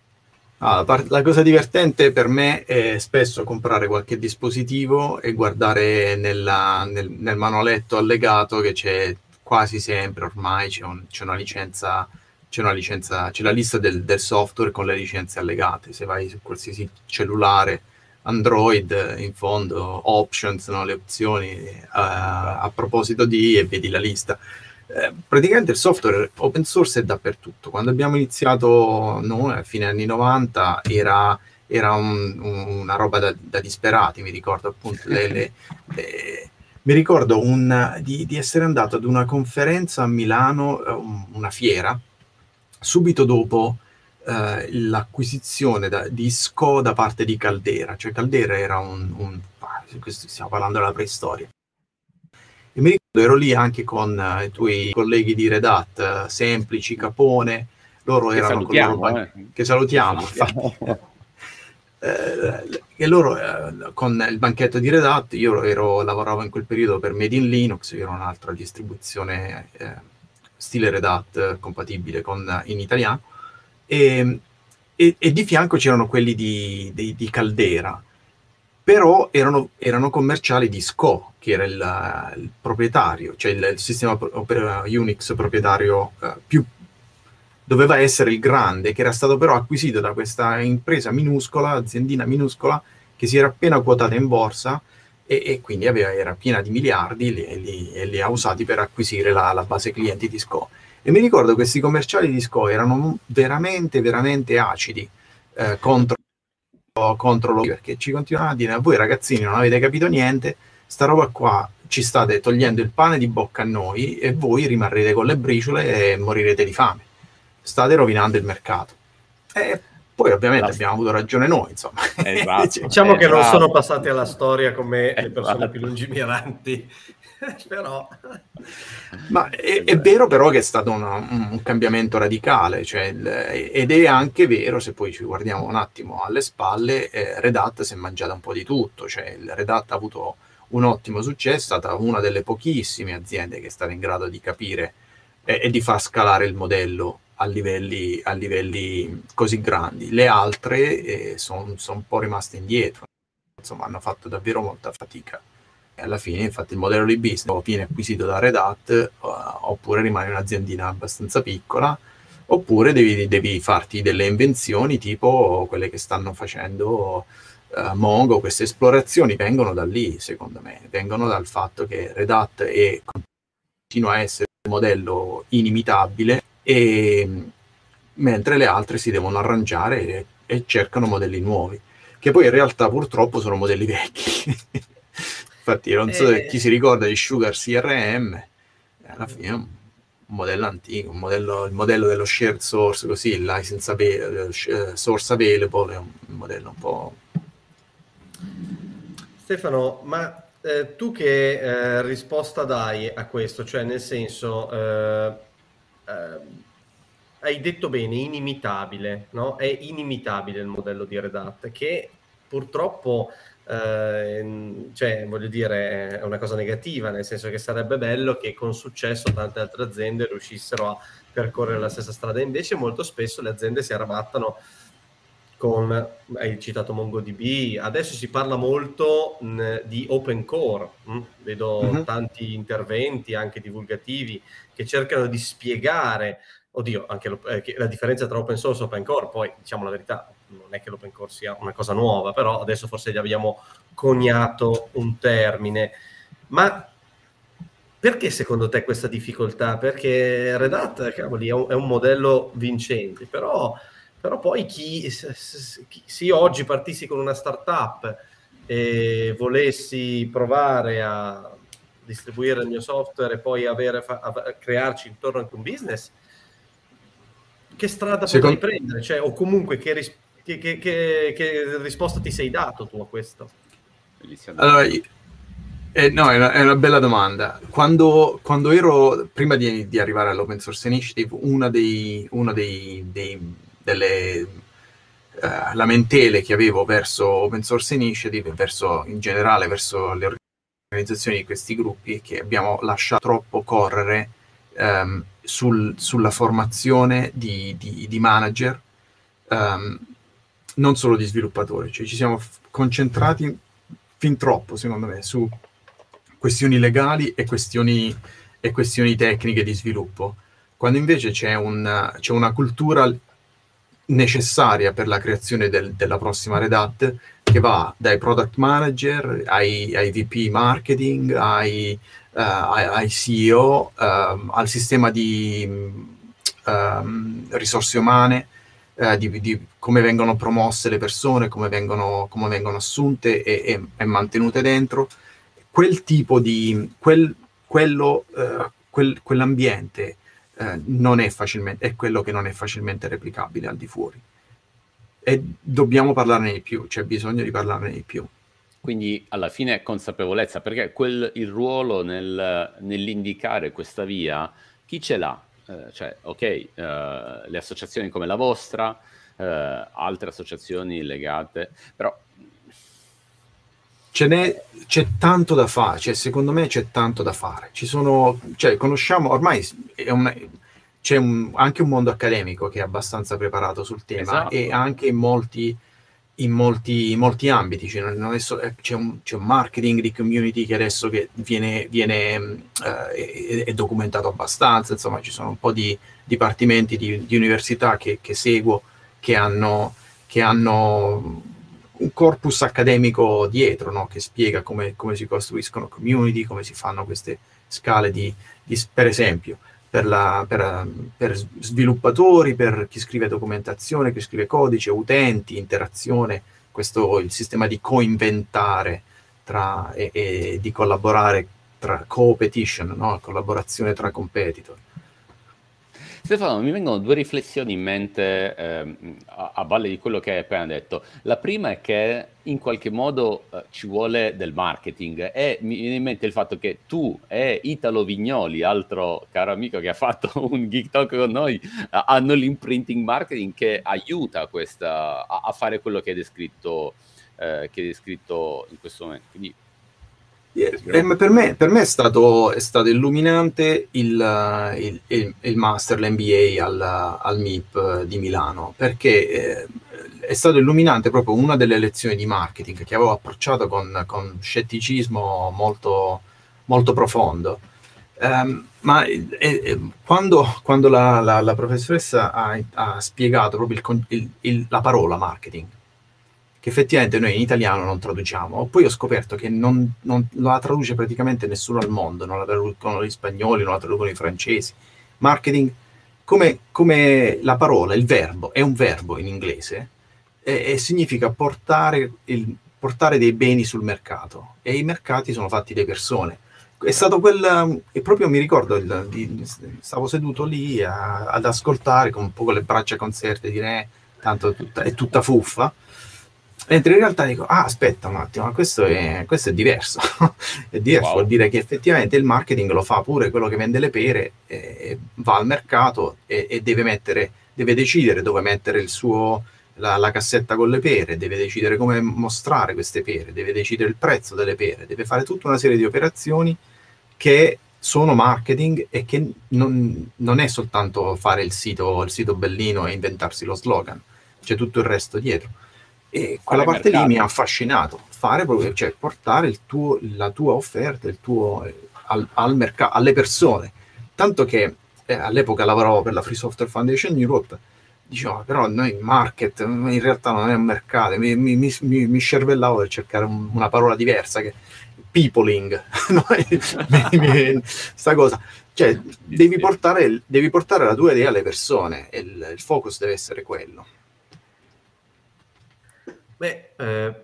Ah, la, la cosa divertente per me è spesso comprare qualche dispositivo e guardare nella, nel, nel manualetto allegato che c'è quasi sempre, ormai c'è, un, c'è una licenza, c'è una licenza, c'è la lista del, del software con le licenze allegate. Se vai su qualsiasi cellulare Android, in fondo options, no, le opzioni uh, a proposito di, e vedi la lista. Eh, praticamente il software open source è dappertutto. Quando abbiamo iniziato noi a fine anni novanta era, era un, un, una roba da, da disperati. Mi ricordo appunto le, le, le, mi ricordo un, di, di essere andato ad una conferenza a Milano, um, una fiera, subito dopo uh, l'acquisizione da, di S C O da parte di Caldera. Cioè Caldera era un, un questo stiamo parlando della preistoria. E mi ricordo, ero lì anche con uh, i tuoi colleghi di Red Hat, uh, Semplici, Capone, loro che erano salutiamo, con loro, eh. che salutiamo, che salutiamo. Infatti. eh, e loro eh, con il banchetto di Red Hat, io ero, lavoravo in quel periodo per Made in Linux, che era un'altra distribuzione eh, stile Red Hat compatibile con, in italiano, e, e, e di fianco c'erano quelli di, di, di Caldera, però erano, erano commerciali di S C O, che era il, il proprietario, cioè il, il sistema Unix proprietario eh, più doveva essere il grande, che era stato però acquisito da questa impresa minuscola, aziendina minuscola, che si era appena quotata in borsa e, e quindi aveva, era piena di miliardi e li, e li ha usati per acquisire la, la base clienti di S C O. E mi ricordo che questi commerciali di S C O erano veramente, veramente acidi eh, contro, contro lo perché ci continuavano a dire: voi ragazzini non avete capito niente, sta roba qua ci state togliendo il pane di bocca a noi e voi rimarrete con le briciole e morirete di fame. State rovinando il mercato. E poi ovviamente la... abbiamo avuto ragione noi, insomma. Esatto. Diciamo che non sono passati alla storia come le persone più lungimiranti, però... Ma è, è vero però che è stato una, un cambiamento radicale, cioè il, ed è anche vero, se poi ci guardiamo un attimo alle spalle, eh, Red Hat si è mangiata un po' di tutto, cioè il Red Hat ha avuto un ottimo successo, è stata una delle pochissime aziende che è stata in grado di capire e, e di far scalare il modello a livelli, a livelli così grandi. Le altre eh, sono son un po' rimaste indietro, insomma hanno fatto davvero molta fatica e alla fine infatti il modello di business viene acquisito da Red Hat uh, oppure rimane un'aziendina abbastanza piccola, oppure devi, devi farti delle invenzioni tipo quelle che stanno facendo uh, Mongo. Queste esplorazioni vengono da lì, secondo me, vengono dal fatto che Red Hat è, continua a essere un modello inimitabile, e mentre le altre si devono arrangiare e, e cercano modelli nuovi, che poi in realtà purtroppo sono modelli vecchi. Infatti non so eh... chi si ricorda di Sugar C R M, alla fine è un modello antico, un modello, il modello dello shared source, così il license available, source available è un modello un po'... Stefano, ma eh, tu che eh, risposta dai a questo? Cioè nel senso... Eh... Uh, hai detto bene, inimitabile, no? È inimitabile il modello di Red Hat, che purtroppo, eh, cioè, voglio dire, è una cosa negativa, nel senso che sarebbe bello che con successo tante altre aziende riuscissero a percorrere la stessa strada, invece molto spesso le aziende si arrabattano con, hai citato MongoDB, adesso si parla molto mh, di open core, mh? vedo uh-huh. tanti interventi anche divulgativi che cercano di spiegare, oddio, anche lo, eh, la differenza tra open source e open core. Poi diciamo la verità, non è che l'open core sia una cosa nuova, però adesso forse gli abbiamo coniato un termine. Ma perché secondo te questa difficoltà? Perché Red Hat, cavoli, è un, è un modello vincente, però... Però poi chi, chi se oggi partissi con una startup e volessi provare a distribuire il mio software e poi avere, a crearci intorno anche un business, che strada Secondo... potrei prendere? Cioè, o comunque che, ris- che, che, che, che risposta ti sei dato tu a questo? Allora, eh, no, è una, è una bella domanda. Quando, quando ero, prima di, di arrivare all'Open Source Initiative, una dei, una dei, dei delle uh, lamentele che avevo verso Open Source Initiative, verso in generale verso le organizzazioni di questi gruppi, che abbiamo lasciato troppo correre um, sul, sulla formazione di, di, di manager, um, non solo di sviluppatori, cioè ci siamo f- concentrati fin troppo, secondo me, su questioni legali e questioni, e questioni tecniche di sviluppo, quando invece c'è, un, c'è una cultura necessaria per la creazione del, della prossima Red Hat, che va dai product manager ai, ai V P marketing, ai, uh, ai, ai C E O, um, al sistema di um, risorse umane, uh, di, di come vengono promosse le persone, come vengono, come vengono assunte e, e, e mantenute dentro. Quel tipo di, quel, quello, uh, quel, quell'ambiente Eh, non è facilmente, è quello che non è facilmente replicabile al di fuori, e dobbiamo parlarne di più, c'è bisogno di parlarne di più. Quindi alla fine consapevolezza, perché quel, il ruolo nel, nell'indicare questa via, chi ce l'ha? Eh, cioè, ok, eh, le associazioni come la vostra, eh, altre associazioni legate, però ce n'è, c'è tanto da fare, cioè, secondo me c'è tanto da fare. Ci sono, cioè, conosciamo, ormai è una, c'è un, anche un mondo accademico che è abbastanza preparato sul tema, esatto. E anche in molti, in molti, in molti ambiti, cioè, non è so, c'è, un, c'è un marketing di community che adesso che viene, viene eh, è, è documentato abbastanza, insomma ci sono un po' di dipartimenti di, di università che, che seguo che hanno, che hanno un corpus accademico dietro, no? Che spiega come, come si costruiscono community, come si fanno queste scale di, di per esempio per, la, per, per sviluppatori, per chi scrive documentazione, chi scrive codice, utenti, interazione, questo il sistema di coinventare tra, e, e di collaborare tra competition, no? Collaborazione tra competitor. Stefano, mi vengono due riflessioni in mente eh, a, a valle di quello che hai appena detto. La prima è che in qualche modo eh, ci vuole del marketing, e mi viene in mente il fatto che tu e Italo Vignoli, altro caro amico che ha fatto un Geek Talk con noi, eh, hanno l'imprinting marketing che aiuta questa, a, a fare quello che hai descritto, eh, che hai descritto in questo momento. Quindi, Eh, per, me, per me è stato, è stato illuminante il, il, il, il master, l'M B A al, al M I P di Milano, perché eh, è stato illuminante proprio una delle lezioni di marketing che avevo approcciato con, con scetticismo molto, molto profondo. Um, ma eh, eh, quando, quando la, la, la professoressa ha, ha spiegato proprio il, il, il, la parola marketing, che effettivamente noi in italiano non traduciamo. Poi ho scoperto che non, non la traduce praticamente nessuno al mondo, non la traducono gli spagnoli, non la traducono i francesi. Marketing, come, come la parola, il verbo, è un verbo in inglese, e, e significa portare, il, portare dei beni sul mercato, e i mercati sono fatti da persone. È stato quel, e proprio mi ricordo, il, di, stavo seduto lì a, ad ascoltare con un po' con le braccia conserte, dire, eh, tanto è tutta, è tutta fuffa. Mentre in realtà dico, ah, aspetta un attimo, ma questo è, questo è diverso. È diverso, wow. Vuol dire che effettivamente il marketing lo fa pure quello che vende le pere, eh, va al mercato e, e deve mettere, deve decidere dove mettere il suo, la, la cassetta con le pere, deve decidere come mostrare queste pere, deve decidere il prezzo delle pere, deve fare tutta una serie di operazioni che sono marketing e che non, non è soltanto fare il sito, il sito bellino e inventarsi lo slogan, c'è tutto il resto dietro. E quella fare parte mercato. Lì mi ha affascinato, fare proprio, cioè portare il tuo, la tua offerta, il tuo eh, al, al mercato, alle persone. Tanto che eh, all'epoca lavoravo per la Free Software Foundation Europe, dicevo, però noi market in realtà non è un mercato, mi, mi, mi, mi scervellavo per cercare un, una parola diversa, che peopling, no? Sta cosa. Cioè, devi portare, devi portare la tua idea alle persone, e il, il focus deve essere quello. Beh, eh,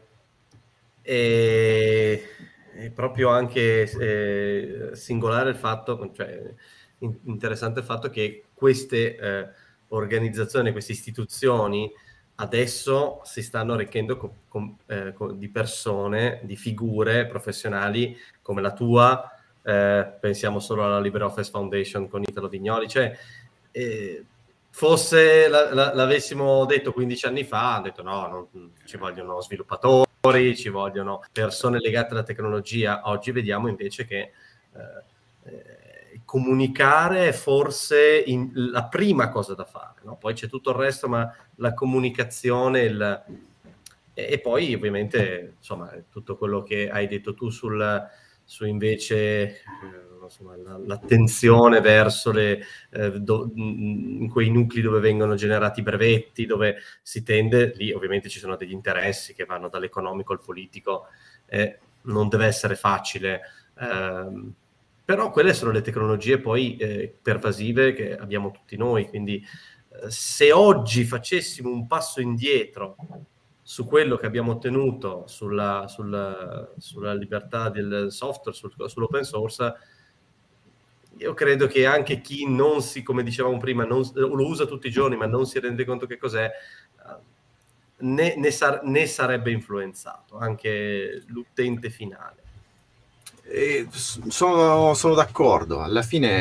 è, è proprio anche eh, singolare il fatto, cioè in, interessante il fatto che queste eh, organizzazioni, queste istituzioni adesso si stanno arricchendo con, con, eh, con, di persone, di figure professionali come la tua, eh, pensiamo solo alla LibreOffice Foundation con Italo Vignoli, cioè eh, fosse la, la, l'avessimo detto quindici anni fa, hanno detto no, non, ci vogliono sviluppatori, ci vogliono persone legate alla tecnologia. Oggi vediamo invece che eh, eh, comunicare è forse in, la prima cosa da fare, no? Poi c'è tutto il resto, ma la comunicazione il, e, e poi ovviamente insomma tutto quello che hai detto tu sul, su invece eh, insomma, l'attenzione verso le, eh, do, in quei nuclei dove vengono generati brevetti, dove si tende, lì ovviamente ci sono degli interessi che vanno dall'economico al politico, eh, non deve essere facile, eh, però quelle sono le tecnologie poi eh, pervasive che abbiamo tutti noi, quindi eh, se oggi facessimo un passo indietro su quello che abbiamo ottenuto sulla, sulla, sulla libertà del software, sul, sull'open source, io credo che anche chi non si, come dicevamo prima, non, lo usa tutti i giorni ma non si rende conto che cos'è, ne, ne, sar, ne sarebbe influenzato, anche l'utente finale. Eh, sono, sono d'accordo. Alla fine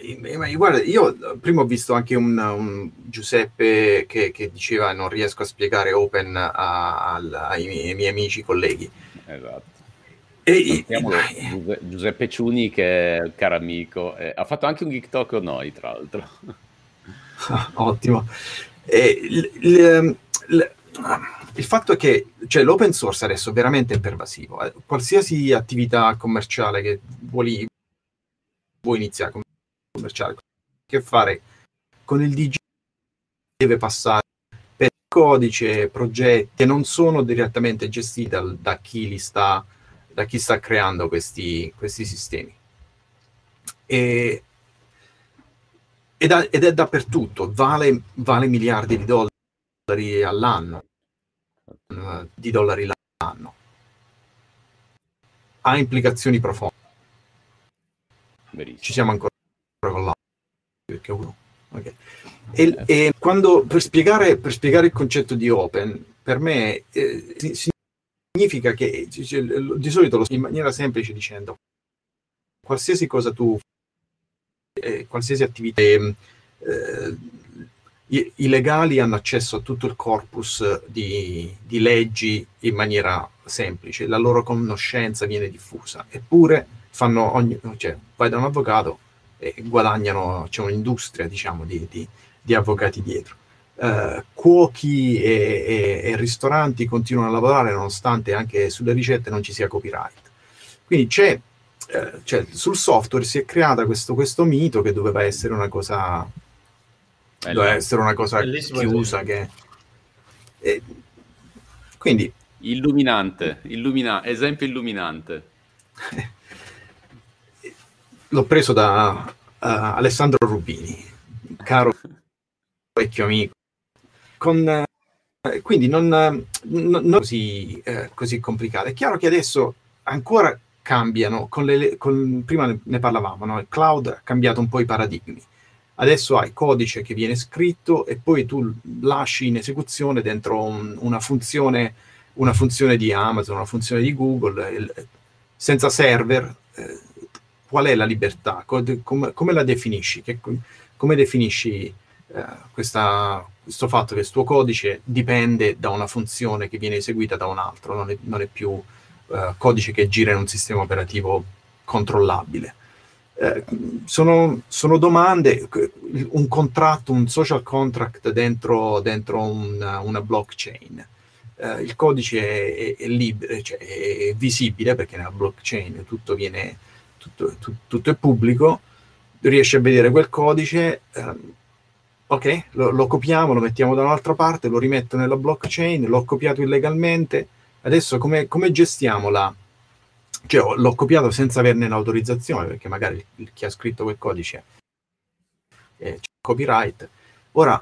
Guarda, io prima ho visto anche un, un Giuseppe che, che diceva non riesco a spiegare Open a, a, ai, miei, ai miei amici, colleghi. Esatto. E, e, Giuseppe Ciuni, che è un caro amico, eh, ha fatto anche un Geek Talk con noi, tra l'altro. Ottimo. E, il, il, il, il fatto è che cioè, l'open source adesso è veramente pervasivo. Qualsiasi attività commerciale che vuoi, vuoi iniziare come commerciale, che fare con il D J deve passare per codice, progetti che non sono direttamente gestiti da, da chi li sta da chi sta creando questi, questi sistemi. E, ed, è, ed è dappertutto, vale, vale miliardi di dollari all'anno, uh, di dollari l'anno. Ha implicazioni profonde. Verissimo. Ci siamo ancora con l'altro, perché uno. Okay. E, e quando per spiegare, per spiegare il concetto di open, per me eh, significa che di solito lo in maniera semplice dicendo qualsiasi cosa tu eh, qualsiasi attività eh, i, i legali hanno accesso a tutto il corpus di, di leggi in maniera semplice, la loro conoscenza viene diffusa, eppure fanno ogni, cioè, vai da un avvocato e guadagnano, c'è un'industria diciamo di, di, di avvocati dietro. Uh, cuochi e, e, e ristoranti continuano a lavorare nonostante anche sulle ricette non ci sia copyright. Quindi c'è, eh, cioè, sul software si è creata questo, questo mito che doveva essere una cosa Bello. doveva essere una cosa Bellissimo chiusa che, e, quindi illuminante, illumina, esempio illuminante. L'ho preso da uh, Alessandro Rubini, caro vecchio amico. Con, eh, quindi non, non, non così, eh, così complicato. È chiaro che adesso ancora cambiano, con le, con, prima ne parlavamo, no? Il cloud ha cambiato un po' i paradigmi. Adesso hai codice che viene scritto e poi tu lasci in esecuzione dentro un, una, funzione, una funzione di Amazon, una funzione di Google, il, senza server. Eh, qual è la libertà? Come, come la definisci? Che, come definisci eh, questa, questo fatto che il tuo codice dipende da una funzione che viene eseguita da un altro, non è, non è più eh, codice che gira in un sistema operativo controllabile. Eh, sono, sono domande, un contratto, un social contract dentro, dentro una, una blockchain. Eh, il codice è, è, è libero, cioè è visibile perché nella blockchain tutto viene, tutto, tutto, tutto è pubblico, riesci a vedere quel codice, eh, ok, lo, lo copiamo, lo mettiamo da un'altra parte, lo rimetto nella blockchain, l'ho copiato illegalmente, adesso come, come gestiamo la... Cioè, l'ho copiato senza averne l'autorizzazione, perché magari chi ha scritto quel codice eh, c'è copyright. Ora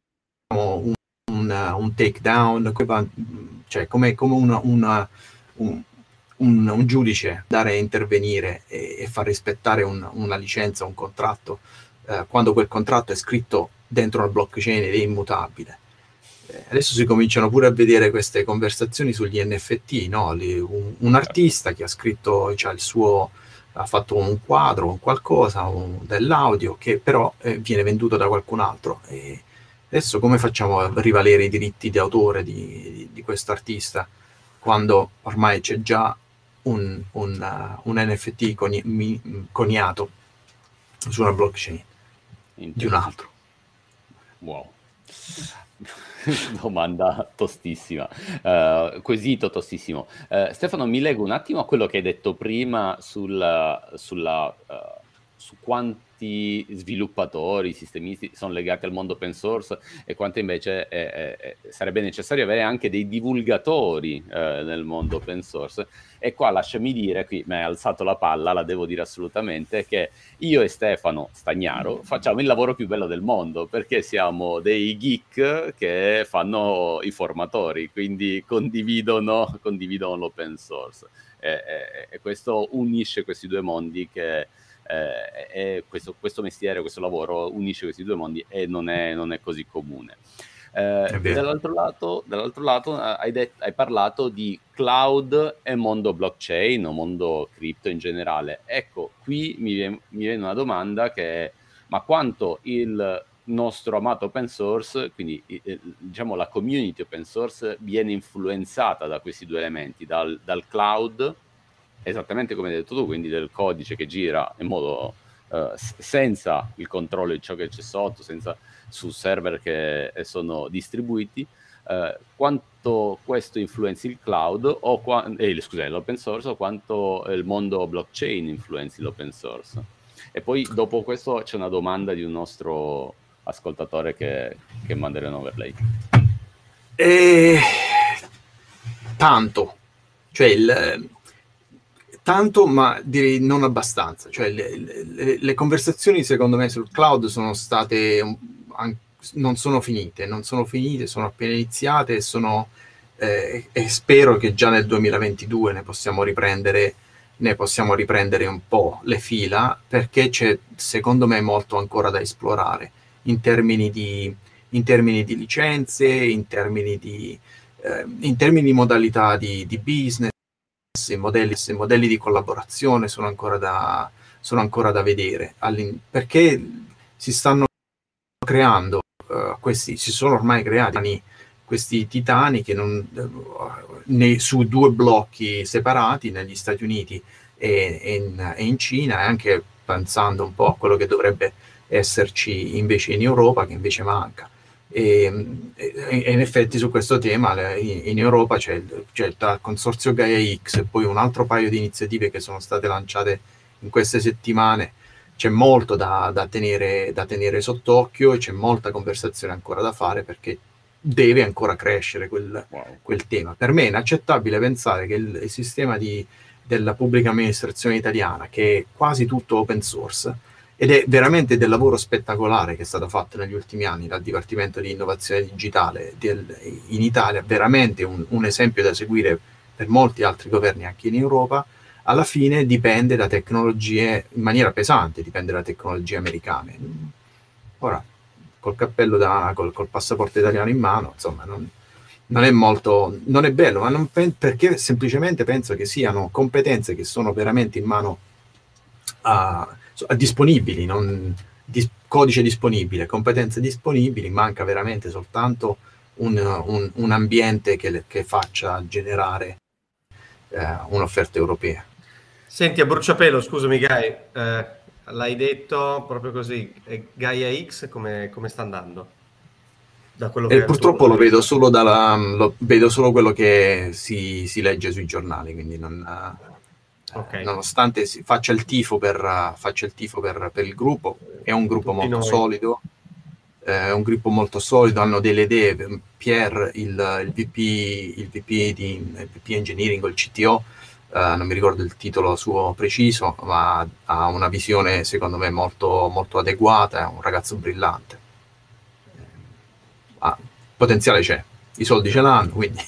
un, un, un takedown, cioè come, come una, una, un, un, un giudice dare a intervenire e, e far rispettare un, una licenza, un contratto, eh, quando quel contratto è scritto dentro una blockchain ed è immutabile. Adesso si cominciano pure a vedere queste conversazioni sugli N F T, no? un, un artista che ha scritto, cioè il suo, ha fatto un quadro, un qualcosa, un, dell'audio, che però eh, viene venduto da qualcun altro. E adesso come facciamo a rivalere i diritti di autore di, di, di questo artista quando ormai c'è già un, un, uh, un N F T coni, mi, coniato su una blockchain di un altro? Wow. Domanda tostissima, uh, quesito tostissimo. Uh, Stefano, mi leggo un attimo a quello che hai detto prima sulla, sulla, uh, su quanti sviluppatori, sistemisti sono legati al mondo open source e quanto invece è, è, è, sarebbe necessario avere anche dei divulgatori uh, nel mondo open source. E qua lasciami dire, qui mi hai alzato la palla, la devo dire assolutamente, che io e Stefano Stagnaro facciamo il lavoro più bello del mondo, perché siamo dei geek che fanno i formatori, quindi condividono, condividono l'open source. E, e, e questo unisce questi due mondi, che eh, è questo, questo mestiere, questo lavoro unisce questi due mondi e non è, non è così comune. Eh, dall'altro lato, dall'altro lato hai, detto, hai parlato di cloud e mondo blockchain o mondo cripto in generale. Ecco, qui mi viene, mi viene una domanda che ma quanto il nostro amato open source, quindi eh, diciamo la community open source, viene influenzata da questi due elementi, dal, dal cloud, esattamente come hai detto tu, quindi del codice che gira in modo eh, senza il controllo di ciò che c'è sotto, senza su server che sono distribuiti, eh, quanto questo influenzi il cloud o qua, eh, scusate, l'open source, o quanto il mondo blockchain influenzi l'open source. E poi dopo questo c'è una domanda di un nostro ascoltatore che, che manderemo un overlay. E... tanto, cioè il... tanto, ma direi non abbastanza. Cioè le, le, le conversazioni secondo me sul cloud sono state non sono finite, non sono finite, sono appena iniziate e sono eh, e spero che già nel duemilaventidue ne possiamo riprendere ne possiamo riprendere un po' le fila, perché c'è secondo me molto ancora da esplorare in termini di in termini di licenze, in termini di eh, in termini di modalità di, di business. I modelli, i modelli di collaborazione sono ancora da, sono ancora da vedere, perché si stanno creando uh, questi, si sono ormai creati questi titani che non, uh, nei, su due blocchi separati negli Stati Uniti e, e, in, e in Cina, e anche pensando un po' a quello che dovrebbe esserci invece in Europa, che invece manca. E, e, e in effetti su questo tema in, in Europa c'è il, c'è il consorzio Gaia X e poi un altro paio di iniziative che sono state lanciate in queste settimane. C'è molto da, da, tenere, da tenere sott'occhio e c'è molta conversazione ancora da fare, perché deve ancora crescere quel, wow. quel tema. Per me è inaccettabile pensare che il, il sistema di, della pubblica amministrazione italiana, che è quasi tutto open source, ed è veramente del lavoro spettacolare che è stato fatto negli ultimi anni dal Dipartimento di Innovazione Digitale del, in Italia, veramente un, un esempio da seguire per molti altri governi anche in Europa, alla fine dipende da tecnologie, in maniera pesante, dipende da tecnologie americane. Ora, col cappello da, col, col passaporto italiano in mano, insomma, non, non è molto, non è bello, ma non pen, perché semplicemente penso che siano competenze che sono veramente in mano a... disponibili, non, dis, codice disponibile, competenze disponibili, manca veramente soltanto un, un, un ambiente che, che faccia generare eh, un'offerta europea. Senti, a bruciapelo, scusami Gai, eh, l'hai detto proprio così, Gaia X come, come sta andando? Da quello eh, che purtroppo lo vedo solo dalla, lo, vedo solo quello che si, si legge sui giornali, quindi non... Okay. Nonostante si faccia il tifo per uh, faccia il tifo per, per il gruppo, è un gruppo Tutti molto noi. solido, è eh, un gruppo molto solido, hanno delle idee. Pierre, il, il V P, il V P di il V P Engineering o il C T O, uh, non mi ricordo il titolo suo preciso, ma ha una visione secondo me molto, molto adeguata, è un ragazzo brillante. Ah, potenziale c'è, i soldi ce l'hanno, quindi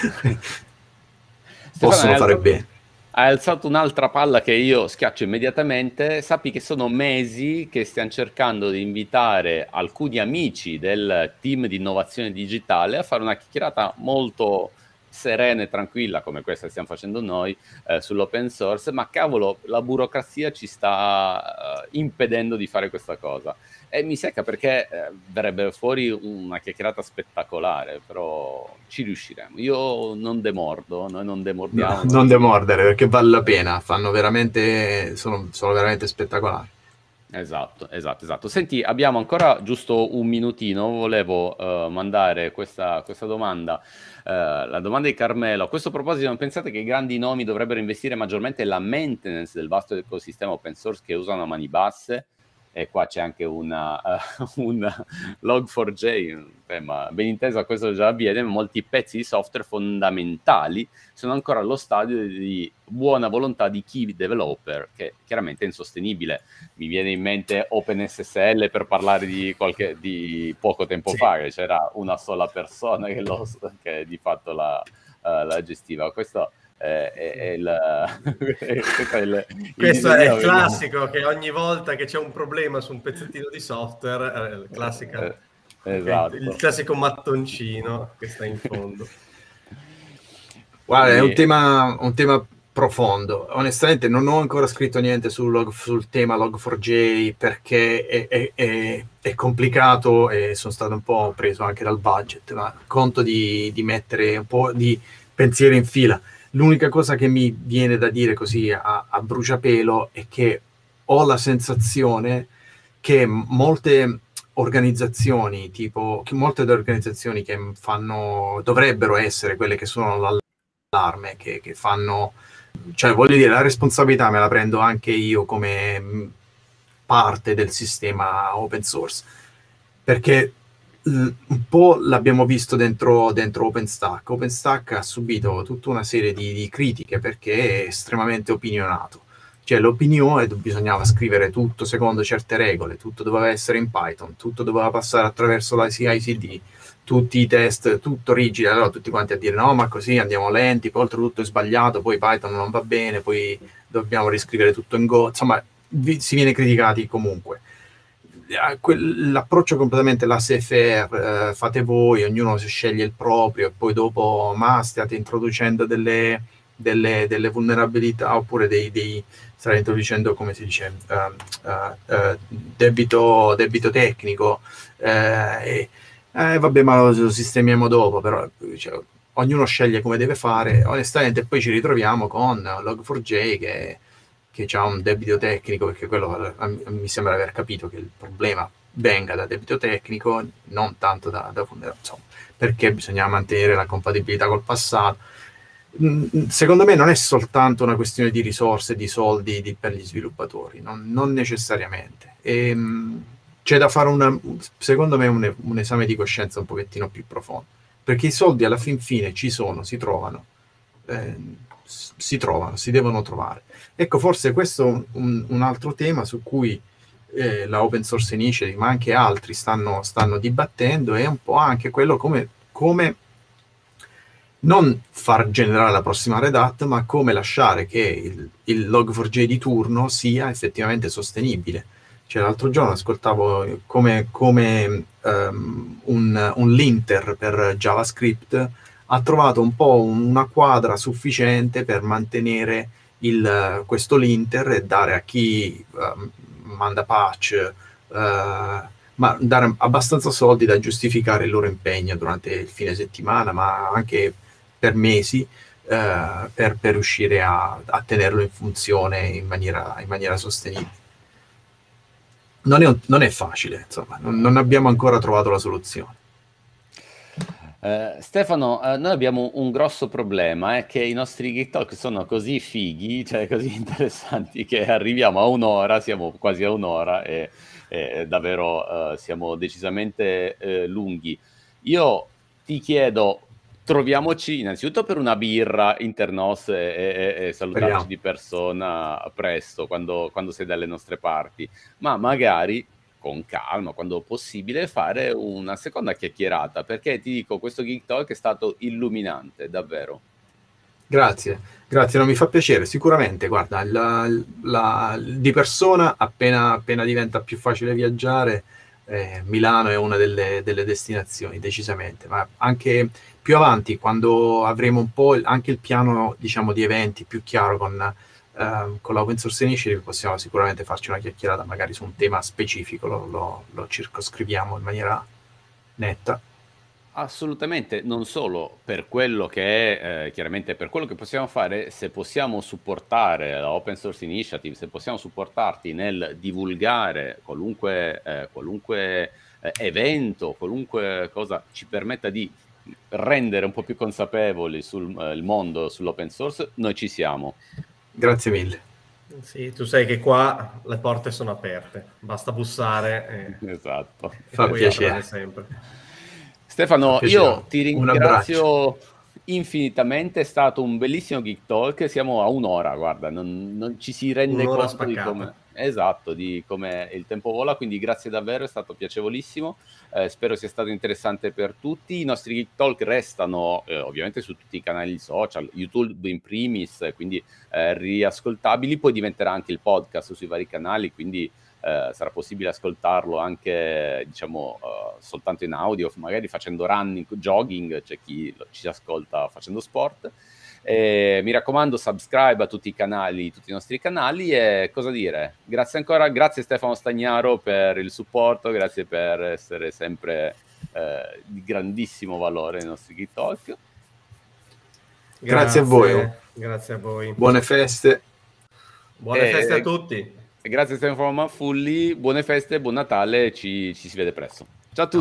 possono fare bene. Hai alzato un'altra palla che io schiaccio immediatamente. Sappi che sono mesi che stiamo cercando di invitare alcuni amici del team di innovazione digitale a fare una chiacchierata molto serena e tranquilla, come questa stiamo facendo noi, eh, sull'open source, ma cavolo, la burocrazia ci sta uh, impedendo di fare questa cosa. E mi secca perché eh, verrebbe fuori una chiacchierata spettacolare, però ci riusciremo. Io non demordo, noi non demordiamo. No, non demordere, perché vale la pena, fanno veramente, sono, sono veramente spettacolari. Esatto, esatto, esatto. Senti, abbiamo ancora giusto un minutino, volevo uh, mandare questa, questa domanda, uh, la domanda di Carmelo. A questo proposito, non pensate che i grandi nomi dovrebbero investire maggiormente nella maintenance del vasto ecosistema open source che usano a mani basse? E qua c'è anche una, uh, un log four j, un tema ben inteso, questo già avviene, ma molti pezzi di software fondamentali sono ancora allo stadio di buona volontà di chi developer, che chiaramente è insostenibile. Mi viene in mente OpenSSL per parlare di, qualche, di poco tempo sì. fa, che c'era una sola persona che, lo, che di fatto la, uh, la gestiva. Questo è, è, è il, questo è il, questo il, è il classico, che ogni volta che c'è un problema su un pezzettino di software, eh, classica, eh, esatto. il classico mattoncino che sta in fondo. Guarda, è un tema, un tema profondo. Onestamente non ho ancora scritto niente sul, log, sul tema log four j perché è, è, è, è complicato e sono stato un po' preso anche dal budget, ma conto di, di mettere un po' di pensiero in fila. L'unica cosa che mi viene da dire così a, a bruciapelo è che ho la sensazione che molte organizzazioni, tipo che molte delle organizzazioni che fanno, dovrebbero essere quelle che sono l'allarme, che, che fanno, cioè voglio dire, la responsabilità me la prendo anche io come parte del sistema open source, perché un po' l'abbiamo visto dentro, dentro OpenStack. OpenStack ha subito tutta una serie di, di critiche perché è estremamente opinionato. Cioè l'opinione, bisognava scrivere tutto secondo certe regole, tutto doveva essere in Python, tutto doveva passare attraverso la C I C D, tutti i test, tutto rigido, allora tutti quanti a dire no, ma così andiamo lenti, poi oltretutto è sbagliato, poi Python non va bene, poi dobbiamo riscrivere tutto in Go, insomma vi, si viene criticati comunque. L'approccio completamente laissez-faire, eh, fate voi, ognuno si sceglie il proprio e poi dopo ma state introducendo delle, delle, delle vulnerabilità oppure dei, dei state introducendo, come si dice, uh, uh, uh, debito, debito tecnico eh, e eh, vabbè, ma lo, lo sistemiamo dopo, però cioè, ognuno sceglie come deve fare, onestamente poi ci ritroviamo con log four j che che ha un debito tecnico, perché quello mi sembra aver capito che il problema venga da debito tecnico, non tanto da, da insomma, perché bisogna mantenere la compatibilità col passato. Secondo me non è soltanto una questione di risorse, di soldi di, per gli sviluppatori, non, non necessariamente. E, c'è da fare, una, secondo me, un, un esame di coscienza un pochettino più profondo, perché i soldi alla fin fine ci sono, si trovano, eh, si trovano, si devono trovare. Ecco, forse questo è un, un altro tema su cui eh, la Open Source Initiative, ma anche altri, stanno, stanno dibattendo, è un po' anche quello come, come non far generare la prossima Red Hat, ma come lasciare che il, il log four j di turno sia effettivamente sostenibile. Cioè, l'altro giorno ascoltavo come, come um, un, un linter per JavaScript ha trovato un po' una quadra sufficiente per mantenere il, questo linter e dare a chi uh, manda patch, uh, ma dare abbastanza soldi da giustificare il loro impegno durante il fine settimana, ma anche per mesi, uh, per, per riuscire a, a tenerlo in funzione in maniera, in maniera sostenibile. Non è, non è facile, insomma, non, non abbiamo ancora trovato la soluzione. Uh, Stefano, uh, noi abbiamo un grosso problema, è che i nostri Geek Talk sono così fighi, cioè così interessanti, che arriviamo a un'ora, siamo quasi a un'ora e, e davvero uh, siamo decisamente uh, lunghi. Io ti chiedo, troviamoci innanzitutto per una birra internos e, e, e salutarci Speriamo. di persona presto, quando, quando sei dalle nostre parti, ma magari con calma, quando possibile, fare una seconda chiacchierata, perché ti dico, questo Geek Talk è stato illuminante, davvero. Grazie, grazie, non mi fa piacere, sicuramente, guarda, la, la, di persona, appena, appena diventa più facile viaggiare, eh, Milano è una delle, delle destinazioni, decisamente, ma anche più avanti, quando avremo un po' anche il piano, diciamo, di eventi più chiaro con... Uh, con la Open Source Initiative possiamo sicuramente farci una chiacchierata magari su un tema specifico, lo, lo, lo circoscriviamo in maniera netta. Assolutamente, non solo per quello che è, eh, chiaramente per quello che possiamo fare, se possiamo supportare la Open Source Initiative, se possiamo supportarti nel divulgare qualunque, eh, qualunque eh, evento, qualunque cosa ci permetta di rendere un po' più consapevoli sul eh, il mondo sull'open source, noi ci siamo. Grazie mille. Sì, tu sai che qua le porte sono aperte, basta bussare e, esatto. e Fa puoi piacere. entrare sempre. Stefano, io ti ringrazio infinitamente, è stato un bellissimo Geek Talk, siamo a un'ora, guarda, non, non ci si rende un'ora conto spaccata. di come, esatto, di come il tempo vola, quindi grazie davvero, è stato piacevolissimo, eh, spero sia stato interessante per tutti. I nostri Geek Talk restano eh, ovviamente su tutti i canali social, YouTube in primis, quindi eh, riascoltabili, poi diventerà anche il podcast sui vari canali, quindi Uh, sarà possibile ascoltarlo anche, diciamo, uh, soltanto in audio, magari facendo running, jogging, c'è chi lo, ci ascolta facendo sport. E mi raccomando, subscribe a tutti i canali, tutti i nostri canali. E cosa dire? Grazie ancora, grazie Stefano Stagnaro per il supporto, grazie per essere sempre eh, di grandissimo valore nei nostri Geek Talk. Grazie, grazie a voi. Grazie a voi. Buone feste. Buone e, feste a tutti. Grazie Stefano Manfulli, buone feste, buon Natale, ci, ci si vede presto. Ciao a tutti.